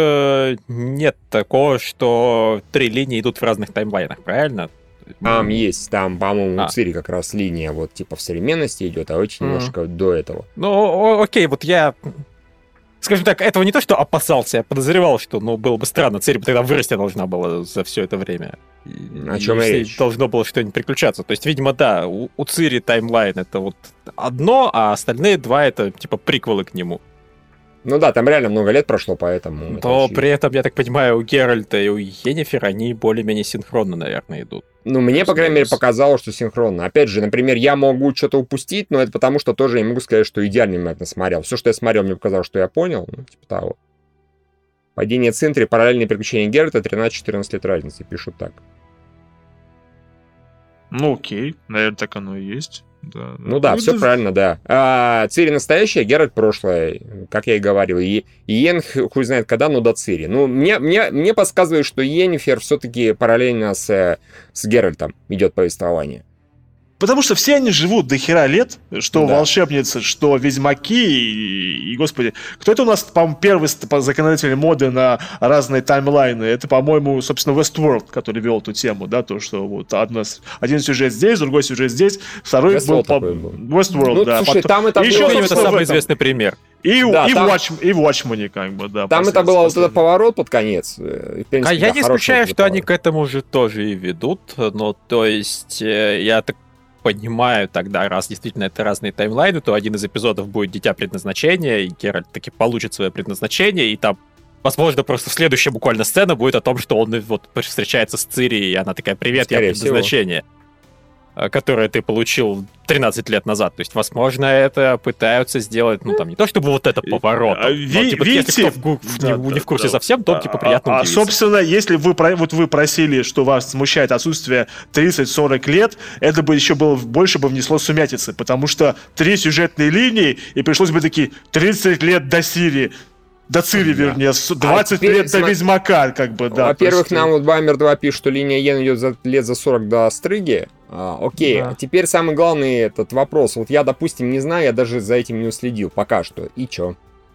э, нет такого, что три линии идут в разных таймлайнах, правильно? Там есть, там, по-моему, а. у Цири как раз линия вот типа в современности идет, а очень mm. немножко до этого. Ну, окей, вот я скажем так, этого не то, что опасался, я подозревал, что, ну, было бы странно, Цири бы тогда вырасти должна была за все это время. О чем и речь? Должно было что-нибудь приключаться. То есть, видимо, да, у, у Цири таймлайн это вот одно, а остальные два это, типа, приквелы к нему. Ну да, там реально много лет прошло, поэтому... Но при этом, я так понимаю, у Геральта и у Йеннифер они более-менее синхронно, наверное, идут. Ну, мне, по крайней мере, показалось, что синхронно. Опять же, например, я могу что-то упустить, но это потому, что тоже я не могу сказать, что идеально внимательно смотрел. Все, что я смотрел, мне показалось, что я понял. Ну, типа того. Падение Цинтри, параллельные приключения Геральта, тринадцать-четырнадцать лет разницы, пишут так. Ну, окей, наверное, так оно и есть. Да, ну да, ну, все да... правильно, да. А, Цири настоящая, Геральт прошлое, как я и говорил. И Йен хуй знает когда, но до Цири. Ну, мне, мне, мне подсказывает, что Йеннифер все-таки параллельно с, с Геральтом идет повествование. Потому что все они живут до хера лет, что да. волшебницы, что ведьмаки, и, и, господи, кто это у нас, по-моему, первый законодатель моды на разные таймлайны? Это, по-моему, собственно, Westworld, который вел эту тему, да, то, что вот одна, один сюжет здесь, другой сюжет здесь, второй Westworld был, по... был. Westworld, ну, да. Слушай, там это, и еще, это самый известный пример. И, да, и, там... в Watch, и в Watchmen, как бы, да. Там это был вот этот поворот под конец. Принципе, а я да, не исключаю, что поворот. Они к этому же тоже и ведут, но, то есть, я так понимаю тогда, раз действительно это разные таймлайны, то один из эпизодов будет Дитя Предназначения, и Геральт таки получит свое предназначение, и там, возможно, просто следующая буквально сцена будет о том, что он вот встречается с Цири, и она такая: «Привет, Скорее я предназначение», всего. Которое ты получил тринадцать лет назад. То есть, возможно, это пытаются сделать, ну, там, не то чтобы вот это поворот, а, но, ви- типа, видите, если кто в, да, не, не в курсе да, совсем, то, типа, приятно а, удивиться. А, собственно, если вы, вот вы просили, что вас смущает отсутствие тридцать-сорок лет, это бы еще было больше бы внесло сумятицы, потому что три сюжетные линии, и пришлось бы такие тридцать лет до Цири. До Цири, да. вернее, двадцать а теперь, лет до см... Ведьмака, как бы, да. Во-первых, просто... нам вот Баймер два пишет, что линия Йен идет за, лет за сорок до Стрыги. А, окей, да. А теперь самый главный этот вопрос. Вот я, допустим, не знаю, я даже за этим не уследил пока что. И чё?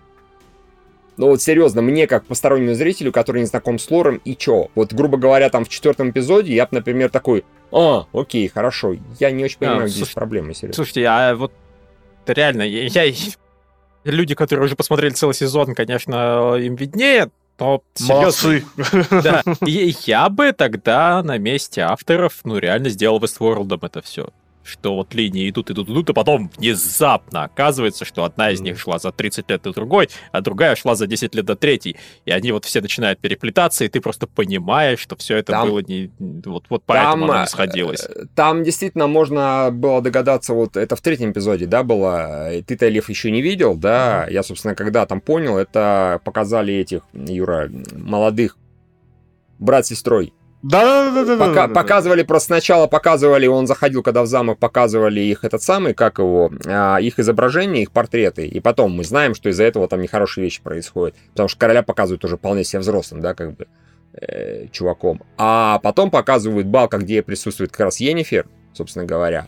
Ну вот серьезно, мне как постороннему зрителю, который не знаком с лором, и чё? Вот, грубо говоря, там в четвертом эпизоде я бы, например, такой: а, окей, хорошо. Я не очень понимаю, а, где слуш... здесь проблемы, серьезно. Слушайте, а вот реально, я... Люди, которые уже посмотрели целый сезон, конечно, им виднее, но серьезно. Да, и я бы тогда на месте авторов, ну, реально сделал Westworld'ом это все. Что вот линии идут, идут, идут, и потом внезапно оказывается, что одна из них шла за тридцать лет до другой, а другая шла за десять лет до третьей. И они вот все начинают переплетаться, и ты просто понимаешь, что все это там, было не... Вот, вот поэтому там, оно не сходилось. Там действительно можно было догадаться, вот это в третьем эпизоде, да, было. Ты-то, Лев, еще не видел, да? Mm-hmm. Я, собственно, когда там понял, это показали этих, Юра, молодых брат с сестрой. Да, да, да, да, Пока, да, да. Показывали, просто сначала показывали, он заходил, когда в замок, показывали их этот самый, как его, а, их изображения, их портреты, и потом мы знаем, что из-за этого там нехорошие вещи происходят, потому что короля показывают уже вполне себе взрослым, да, как бы, э, чуваком, а потом показывают балка, где присутствует как раз Йеннифер, собственно говоря,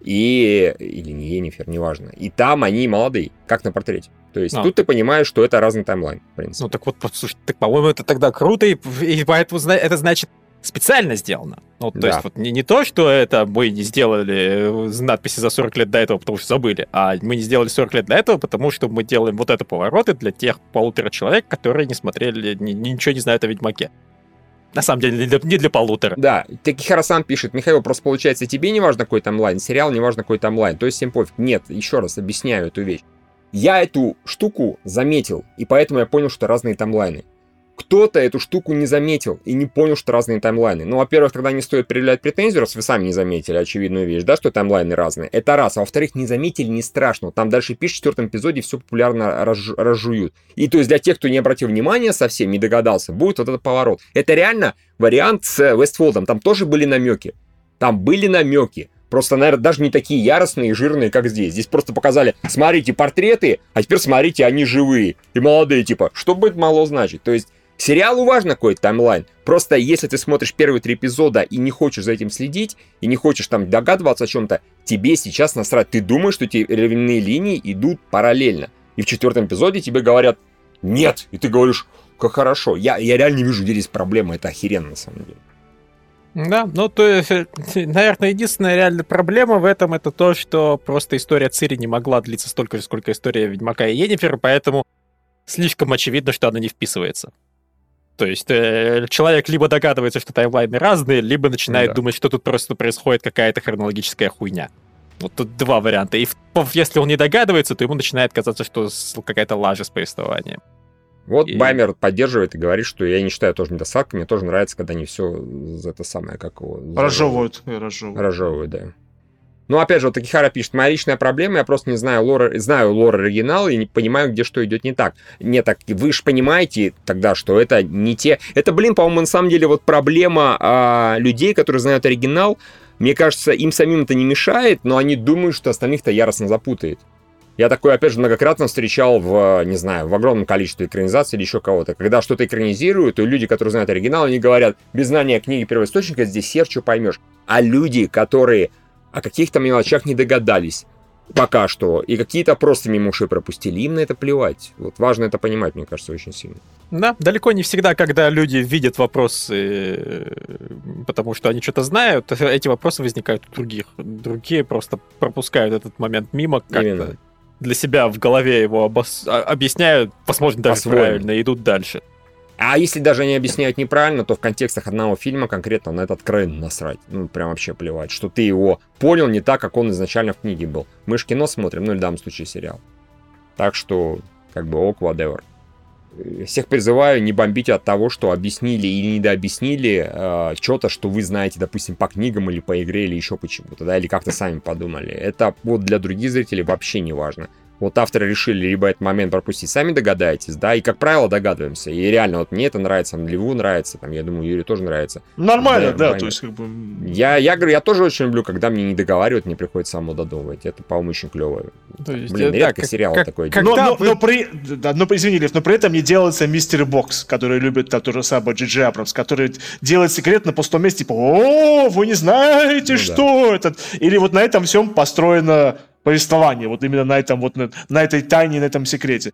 и, или не Йеннифер, неважно, и там они молодые, как на портрете. То есть а. тут ты понимаешь, что это разный таймлайн, в принципе. Ну так вот, слушай, так, по-моему, это тогда круто, и, и поэтому это значит, специально сделано. Ну, то да. есть вот не, не то, что это мы не сделали надписи за сорок лет до этого, потому что забыли, а мы не сделали сорок лет до этого, потому что мы делаем вот это повороты для тех полутора человек, которые не смотрели, ни, ничего не знают о Ведьмаке. На самом деле, не для, не для полутора. Да, Такихара-сан пишет: Михаил, просто получается, тебе не важно какой таймлайн, сериал не важно какой таймлайн, то есть всем пофиг. Нет, еще раз объясняю эту вещь. Я эту штуку заметил, и поэтому я понял, что разные таймлайны. Кто-то эту штуку не заметил и не понял, что разные таймлайны. Ну, во-первых, тогда не стоит предъявлять претензию, раз вы сами не заметили очевидную вещь, да, что таймлайны разные. Это раз. А во-вторых, не заметили, не страшно. Там дальше пишет, в четвертом эпизоде все популярно разж- разжуют. И то есть для тех, кто не обратил внимания совсем, не догадался, будет вот этот поворот. Это реально вариант с Westworld'ом. Там тоже были намеки. Там были намеки. Просто, наверное, даже не такие яростные и жирные, как здесь. Здесь просто показали: смотрите портреты, а теперь смотрите, они живые. И молодые, типа, что будет мало значить? То есть сериалу важно какой-то таймлайн. Просто если ты смотришь первые три эпизода и не хочешь за этим следить, и не хочешь там догадываться о чем-то, тебе сейчас насрать. Ты думаешь, что эти временные линии идут параллельно. И в четвертом эпизоде тебе говорят: нет. И ты говоришь: как хорошо. Я, я реально не вижу, где здесь проблема. Это охеренно, на самом деле. Да, ну, то есть, наверное, единственная реальная проблема в этом — это то, что просто история Цири не могла длиться столько же, сколько история Ведьмака и Йеннифер, поэтому слишком очевидно, что она не вписывается. То есть э, человек либо догадывается, что таймлайны разные, либо начинает да. думать, что тут просто происходит какая-то хронологическая хуйня. Вот тут два варианта. И если он не догадывается, то ему начинает казаться, что какая-то лажа с повествованием. Вот и... Баймер поддерживает и говорит, что я не считаю тоже недостатком, мне тоже нравится, когда они все это самое, как его... Разжевывают. Разжевывают. Разжевывают, да. Ну, опять же, вот Такихара пишет, моя личная проблема, я просто не знаю лор, знаю лор оригинала и не понимаю, где что идет не так. Нет, так вы же понимаете тогда, что это не те... Это, блин, по-моему, на самом деле вот проблема а, людей, которые знают оригинал. Мне кажется, им самим это не мешает, но они думают, что остальных-то яростно запутает. Я такое, опять же, многократно встречал в, не знаю, в огромном количестве экранизаций или еще кого-то. Когда что-то экранизируют, и люди, которые знают оригинал, они говорят, без знания книги первоисточника здесь хер что поймешь. А люди, которые о каких-то мелочах не догадались пока что, и какие-то просто мимо ушей пропустили, им на это плевать. Вот важно это понимать, мне кажется, очень сильно. Да, далеко не всегда, когда люди видят вопросы, потому что они что-то знают, эти вопросы возникают у других. Другие просто пропускают этот момент мимо, как-то Именно. Для себя в голове его обос... объясняют, возможно, даже По-своему. Правильно, и идут дальше. А если даже они объясняют неправильно, то в контекстах одного фильма конкретно на этот откровенно насрать. Ну, прям вообще плевать, что ты его понял не так, как он изначально в книге был. Мы же кино смотрим, ну или в данном случае сериал. Так что, как бы, ок, whatever. Всех призываю не бомбить от того, что объяснили или недообъяснили э, что-то, что вы знаете, допустим, по книгам или по игре, или еще почему-то, да, или как-то сами подумали. Это вот для других зрителей вообще не важно. Вот авторы решили либо этот момент пропустить, сами догадаетесь, да, и, как правило, догадываемся. И реально, вот мне это нравится, Льву нравится, там, я думаю, Юрию тоже нравится. Нормально, да, да то есть, как бы... Я, я говорю, я тоже очень люблю, когда мне не договаривают, мне приходится самому додумывать. Это, по-моему, очень клево. есть, Блин, да, редко как, сериал как, такой но, но, вы... но, при... да, но, извини, Лев, но при этом не делается мистер Бокс, который любит там, то же самое Джей Джей Абрамс, который делает секрет на пустом месте, типа, о, вы не знаете, ну, что да. это... Или вот на этом всем построено... повествование, вот именно на этом вот на, на этой тайне, на этом секрете.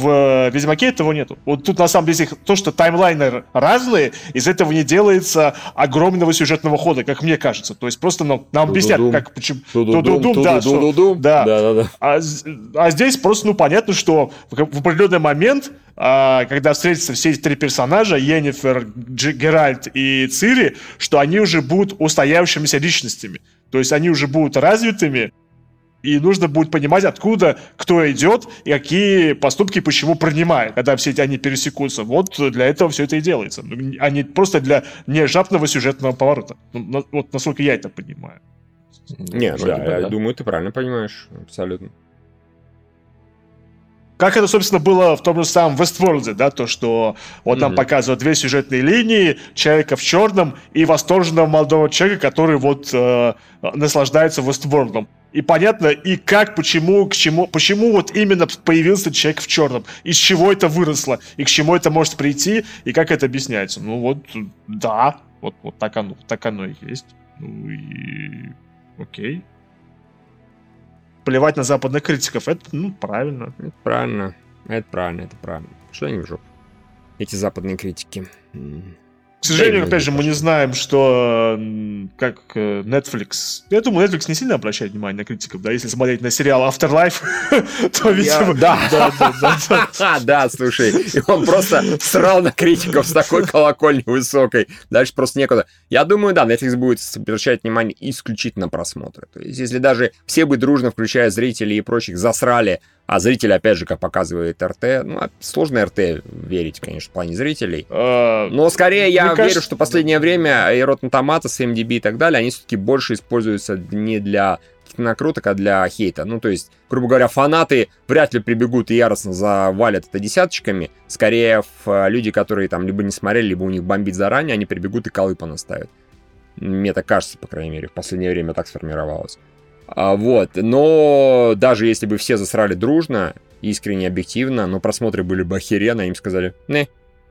В э, Ведьмаке этого нету. Вот тут на самом деле то, что таймлайны разные, из этого не делается огромного сюжетного хода, как мне кажется. То есть просто нам, нам объяснят, как почему. Ту-ду-дум, да, да, да, да. А, а здесь просто ну понятно, что в, в определенный момент, а, когда встретятся все эти три персонажа, Йеннифер, Дж, Геральт и Цири, что они уже будут устоявшимися личностями. То есть они уже будут развитыми. И нужно будет понимать, откуда кто идет и какие поступки почему принимает, когда все эти они пересекутся. Вот для этого все это и делается. А не просто для внезапного сюжетного поворота. Ну, вот насколько я это понимаю. Не, ну да, да, я да. думаю, ты правильно понимаешь. Абсолютно. Как это, собственно, было в том же самом Westworld, да, то, что вот mm-hmm. нам показывают две сюжетные линии, человека в черном и восторженного молодого человека, который вот э, наслаждается Westworld'ом. И понятно, и как, почему, к чему, почему вот именно появился человек в черном, из чего это выросло, и к чему это может прийти, и как это объясняется. Ну вот, да, вот, вот так оно, так оно и есть. Ну и окей. Плевать на западных критиков, это, ну, правильно. Это правильно, это правильно, это правильно. Что они в жопу? Эти западные критики. К сожалению, да, опять же, мы не знаем, что как Netflix... Я думаю, Netflix не сильно обращает внимание на критиков, да, если смотреть на сериал Afterlife, то, видимо... Да, да, слушай, и он просто срал на критиков с такой колокольни высокой. Дальше просто некуда. Я думаю, да, Netflix будет обращать внимание исключительно на просмотры. То есть, если даже все бы дружно, включая зрителей и прочих, засрали, а зрители, опять же, как показывает эр тэ, ну, сложно эр тэ верить, конечно, в плане зрителей. Но скорее я верю, кажется... что в последнее время и Rotten Tomatoes, эм ди би и так далее, они все-таки больше используются не для накруток, а для хейта. Ну, то есть, грубо говоря, фанаты вряд ли прибегут и яростно завалят это десяточками. Скорее, люди, которые там либо не смотрели, либо у них бомбит заранее, они прибегут и колы понаставят. Мне так кажется, по крайней мере, в последнее время так сформировалось. А, вот, но даже если бы все засрали дружно, искренне, объективно, но просмотры были бы охеренно, им сказали, не,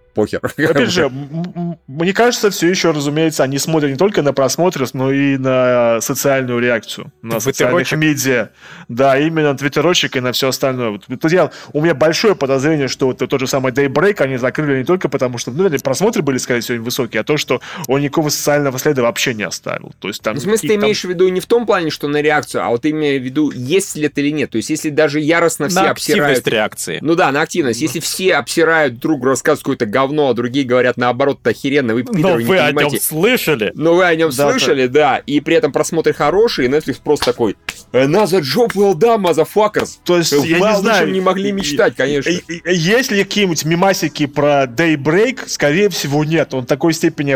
похер. Опять же, мне кажется, все еще, разумеется, они смотрят не только на просмотры, но и на социальную реакцию, на социальных медиа. Да, именно на твиттерочек и на все остальное. Тут я, у меня большое подозрение, что вот тот же самый Daybreak они закрыли не только потому, что ну, просмотры были, скорее всего, высокие, а то, что он никакого социального следа вообще не оставил. То есть, там, ну, в смысле, ты там... имеешь в виду не в том плане, что на реакцию, а вот имея в виду, есть ли это или нет. То есть, если даже яростно все на обсирают... активность реакции. Ну да, на активность. Если все обсирают друг, рассказывают какое-то говно, а другие говорят, наоборот, это охеренно, вы, пидоры, Но не вы понимаете. о нем слышали. Но вы о нем да, слышали, да. да. И при этом просмотры хорошие, и Netflix просто такой, another job well done, motherfuckers. То есть, Вы я не знаю... не могли мечтать, конечно. Есть ли какие-нибудь мемасики про Daybreak? Скорее всего, нет. Он в такой степени,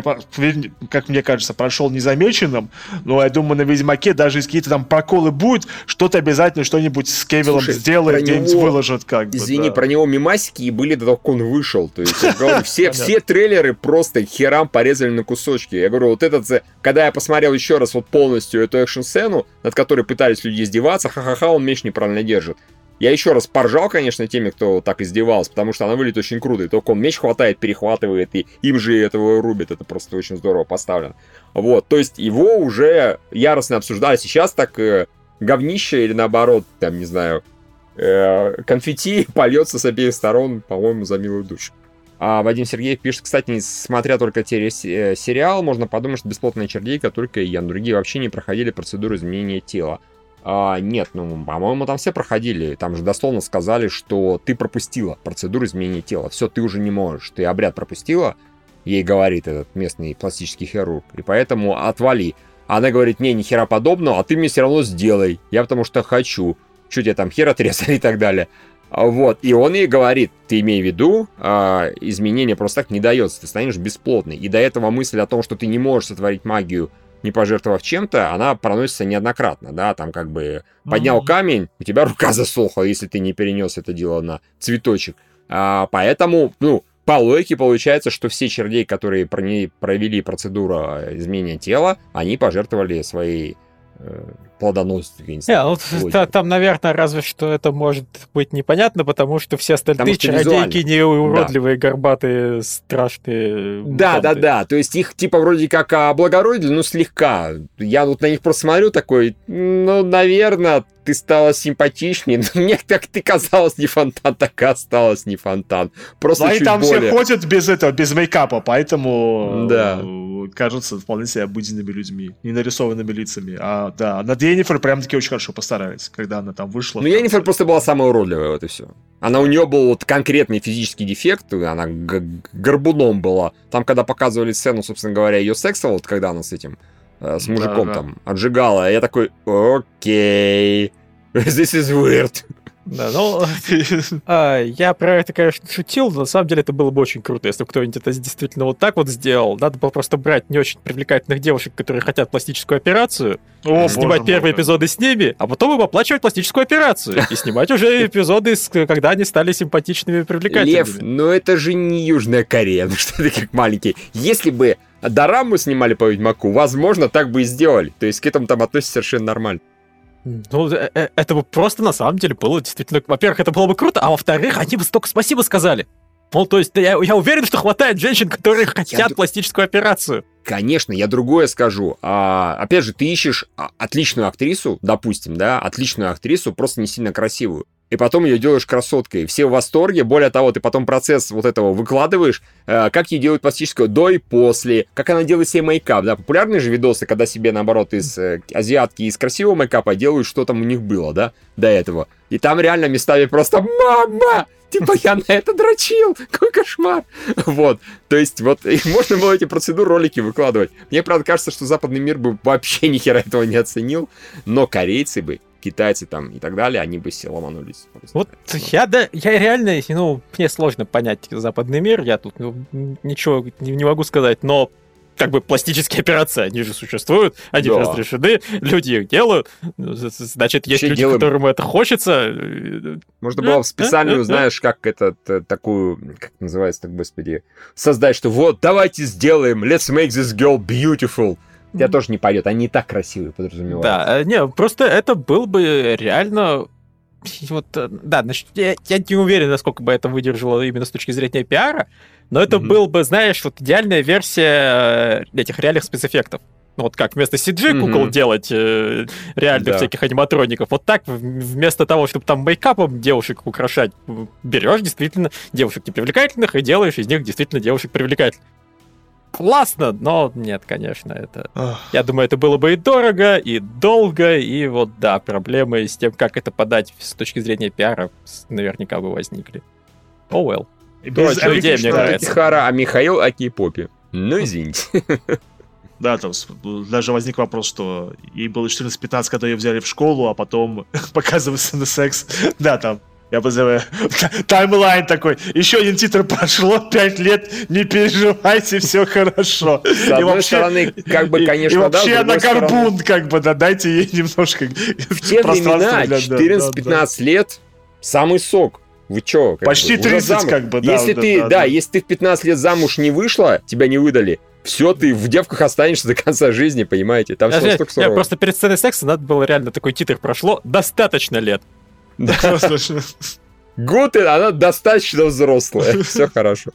как мне кажется, прошел незамеченным. Но я думаю, на Ведьмаке даже если какие-то там проколы будут, что-то обязательно что-нибудь с Кевиллом Слушай, сделает, где-нибудь него... выложат как бы. Извини, да. про него мемасики и были до того, как он вышел. То есть, я говорю, все, все трейлеры просто херам порезали на кусочки. Я говорю, вот этот, когда я посмотрел еще раз вот полностью эту экшн-сцену, над которой пытались люди издеваться, ха-ха-ха, он меч неправильно держит. Я еще раз поржал, конечно, теми, кто так издевался, потому что она выглядит очень круто. И только он меч хватает, перехватывает, и им же этого рубит. Это просто очень здорово поставлено. Вот, то есть его уже яростно обсуждали. Сейчас так э, говнище или наоборот, там, не знаю, э, конфетти польется с обеих сторон, по-моему, за милую душу. А Вадим Сергеев пишет, кстати, смотря только телесериал, можно подумать, что бесплотная чердейка только и Ян. Другие вообще не проходили процедуру изменения тела. А, нет, ну, по-моему, там все проходили. Там же дословно сказали, что ты пропустила процедуру изменения тела. Все, ты уже не можешь. Ты обряд пропустила, ей говорит этот местный пластический хирург. И поэтому отвали. Она говорит, не, ни хера подобного, а ты мне все равно сделай. Я потому что хочу. Что тебе там хер отрезали и так далее. Вот, и он ей говорит, ты имей в виду, а, изменения просто так не дается, ты станешь бесплотной. И до этого мысль о том, что ты не можешь сотворить магию, не пожертвовав чем-то, она проносится неоднократно, да, там как бы поднял mm-hmm. камень, у тебя рука засохла, если ты не перенес это дело на цветочек. А, поэтому, ну, по логике получается, что все чердей, которые про ней провели процедуру изменения тела, они пожертвовали своей э, плодоносностью. Yeah, вот, та, там, наверное, разве что это может быть непонятно, потому что все остальные чародейки не уродливые, да. горбатые, страшные. Да, мутанты. да, да. То есть их типа вроде как облагородили, но слегка. Я вот на них просто смотрю такой, ну, наверное, ты стала симпатичнее. Но мне как ты казалось не фонтан, так и осталось не фонтан. Просто ну, чуть и там более. все ходят без этого, без мейкапа, поэтому да. кажутся вполне себе обыденными людьми, не нарисованными лицами. А да, над Йеннифер прям-таки очень хорошо постарались, когда она там вышла. Ну, Йеннифер просто была самая уродливая, вот и все. Она, у нее был вот конкретный физический дефект, она г- горбуном была. Там, когда показывали сцену, собственно говоря, ее секса, вот когда она с этим, э, с мужиком да, там да. отжигала, я такой, окей, this is weird. Да, ну, а, я про это, конечно, шутил, но на самом деле это было бы очень круто, если бы кто-нибудь это действительно вот так вот сделал. Надо было просто брать не очень привлекательных девушек, которые хотят пластическую операцию, О, снимать первые мой. эпизоды с ними, а потом им оплачивать пластическую операцию и снимать уже эпизоды, когда они стали симпатичными и привлекательными. Лев, но это же не Южная Корея, ну что ты как маленький. Если бы дораму снимали по Ведьмаку, возможно, так бы и сделали. То есть к этому там относятся совершенно нормально. Ну, это бы просто на самом деле было действительно... Во-первых, это было бы круто, а во-вторых, они бы столько спасибо сказали. Ну, то есть я, я уверен, что хватает женщин, которые хотят я... пластическую операцию. Конечно, я другое скажу. А, опять же, ты ищешь отличную актрису, допустим, да, отличную актрису, просто не сильно красивую. И потом ее делаешь красоткой. Все в восторге. Более того, ты потом процесс вот этого выкладываешь, э, как ей делают пластическую до и после, как она делает себе мейкап. Да? Популярные же видосы, когда себе, наоборот, из э, азиатки из красивого мейкапа делают, что там у них было, да, до этого. И там реально местами просто «Мама!» Типа, я на это дрочил! Какой кошмар! Вот. То есть, вот, можно было эти процедуры, ролики выкладывать. Мне, правда, кажется, что западный мир бы вообще ни хера этого не оценил, но корейцы бы, китайцы там и так далее, они бы все ломанулись. Вот я, да, я реально, ну, мне сложно понять западный мир, я тут ну, ничего не, не могу сказать, но как бы пластические операции, они же существуют, они да. разрешены, люди их делают, значит, есть Вообще люди, делаем... которым это хочется. Можно было специальную, знаешь, как это, такую, как называется, так, господи, создать, что вот, давайте сделаем, let's make this girl beautiful. Тебя тоже не пойдет, они и так красивые, подразумеваются. Да, не, просто это был бы реально вот, да, значит, я, я не уверен, насколько бы это выдержало именно с точки зрения пиара, но это mm-hmm. был бы, знаешь, вот идеальная версия этих реальных спецэффектов. Ну, вот как вместо си джи mm-hmm. кукол делать э, реальных да. всяких аниматроников, вот так вместо того, чтобы там мейкапом девушек украшать, берешь действительно девушек непривлекательных и делаешь из них действительно девушек привлекательных. Классно, но нет, конечно, это... Ох. Я думаю, это было бы и дорого, и долго, и вот, да, проблемы с тем, как это подать с точки зрения пиара, наверняка бы возникли. О, oh, well. Без а идея, мне нравится. Хара, а Михаил Акипопи. Ну, извините. Да, там даже возник вопрос, что ей было четырнадцать-пятнадцать, когда ее взяли в школу, а потом показывается на секс. Да, там, я называю, таймлайн такой. Еще один титр прошло, пять лет, не переживайте, все хорошо. С одной и вообще, стороны, как бы, конечно, и, и вообще да, она горбун, как бы, да, дайте ей немножко в те времена четырнадцать-пятнадцать да, да, да. лет самый сок. Вы чё? Почти бы, тридцать, как бы, да. Если да, ты, да, да, да, если ты в пятнадцать лет замуж не вышла, тебя не выдали, все, ты в девках останешься до конца жизни, понимаете? Там все столько сурово. Просто перед сценой секса надо было реально такой титр прошло достаточно лет. Да. Год, она достаточно взрослая. Все хорошо.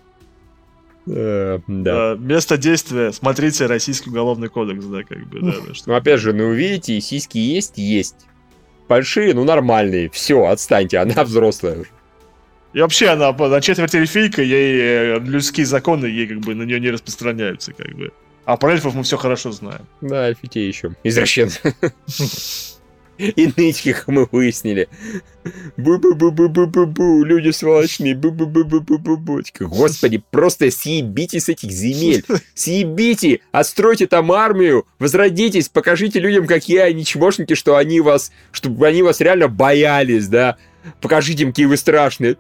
Да. Место действия. Смотрите Российский уголовный кодекс, да, как бы, да. Ну, опять же, ну, увидите, сиськи есть, есть. Большие, ну, нормальные. Все, отстаньте, она взрослая уже. И вообще она на четверть эльфийка, ей людские законы ей как бы на нее не распространяются, как бы. А про эльфов мы все хорошо знаем. Да, эльфи те еще. Извращенцы. И нытьких мы выяснили. Бу-бу-бу-бу-бу-бу-бу, люди сволочные, бу-бу-бу-бу-бу-бу-бу. Господи, просто съебите с этих земель. Съебите, отстройте там армию, возродитесь, покажите людям, какие они чмошники, что они вас, чтобы они вас реально боялись, да. Покажите им, какие вы страшные.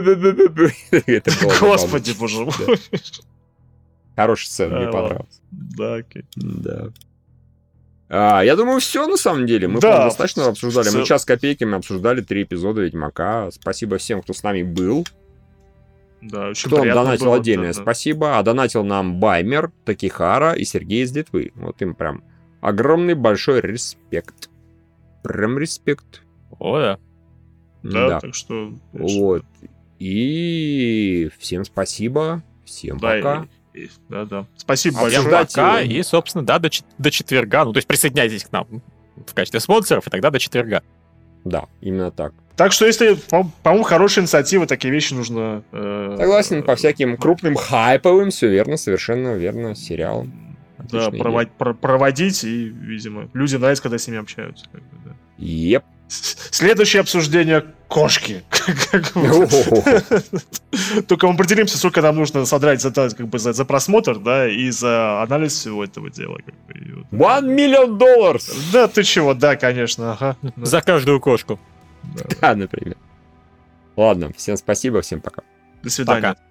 Господи, боже мой. Хорошая сцена, мне понравилась. Да, окей. Да. А, я думаю, все на самом деле. Мы да, достаточно обсуждали. Мы час с копейками обсуждали три эпизода Ведьмака. Спасибо всем, кто с нами был. Да, очень кто нам донатил было, отдельное да, да. спасибо. А донатил нам Баймер, Такихара и Сергей из Литвы. Вот им прям огромный большой респект. Прям респект. О, да. Да, да. так что... Вот. И всем спасибо. Всем да, пока. И, и, да, да. Спасибо а большое. Пока, и, собственно, да, до, до четверга. Ну, то есть присоединяйтесь к нам в качестве спонсоров, и тогда до четверга. Да, именно так. Так что, если, по-моему, хорошая инициатива, такие вещи нужно... Э, Согласен, э, по всяким крупным хайповым, все верно, совершенно верно, сериал. Да, провод, про, проводить, и, видимо, людям нравится, когда с ними общаются. Как бы, да. Еп. Следующее обсуждение кошки. Только мы определимся, сколько нам нужно содрать за, как бы, за, за просмотр, да, и за анализ всего этого дела. Как бы, вот. One million dollars! Да, ты чего, да, конечно. Ага. За каждую кошку. Да, например. Ладно, всем спасибо, всем пока. До свидания. Пока.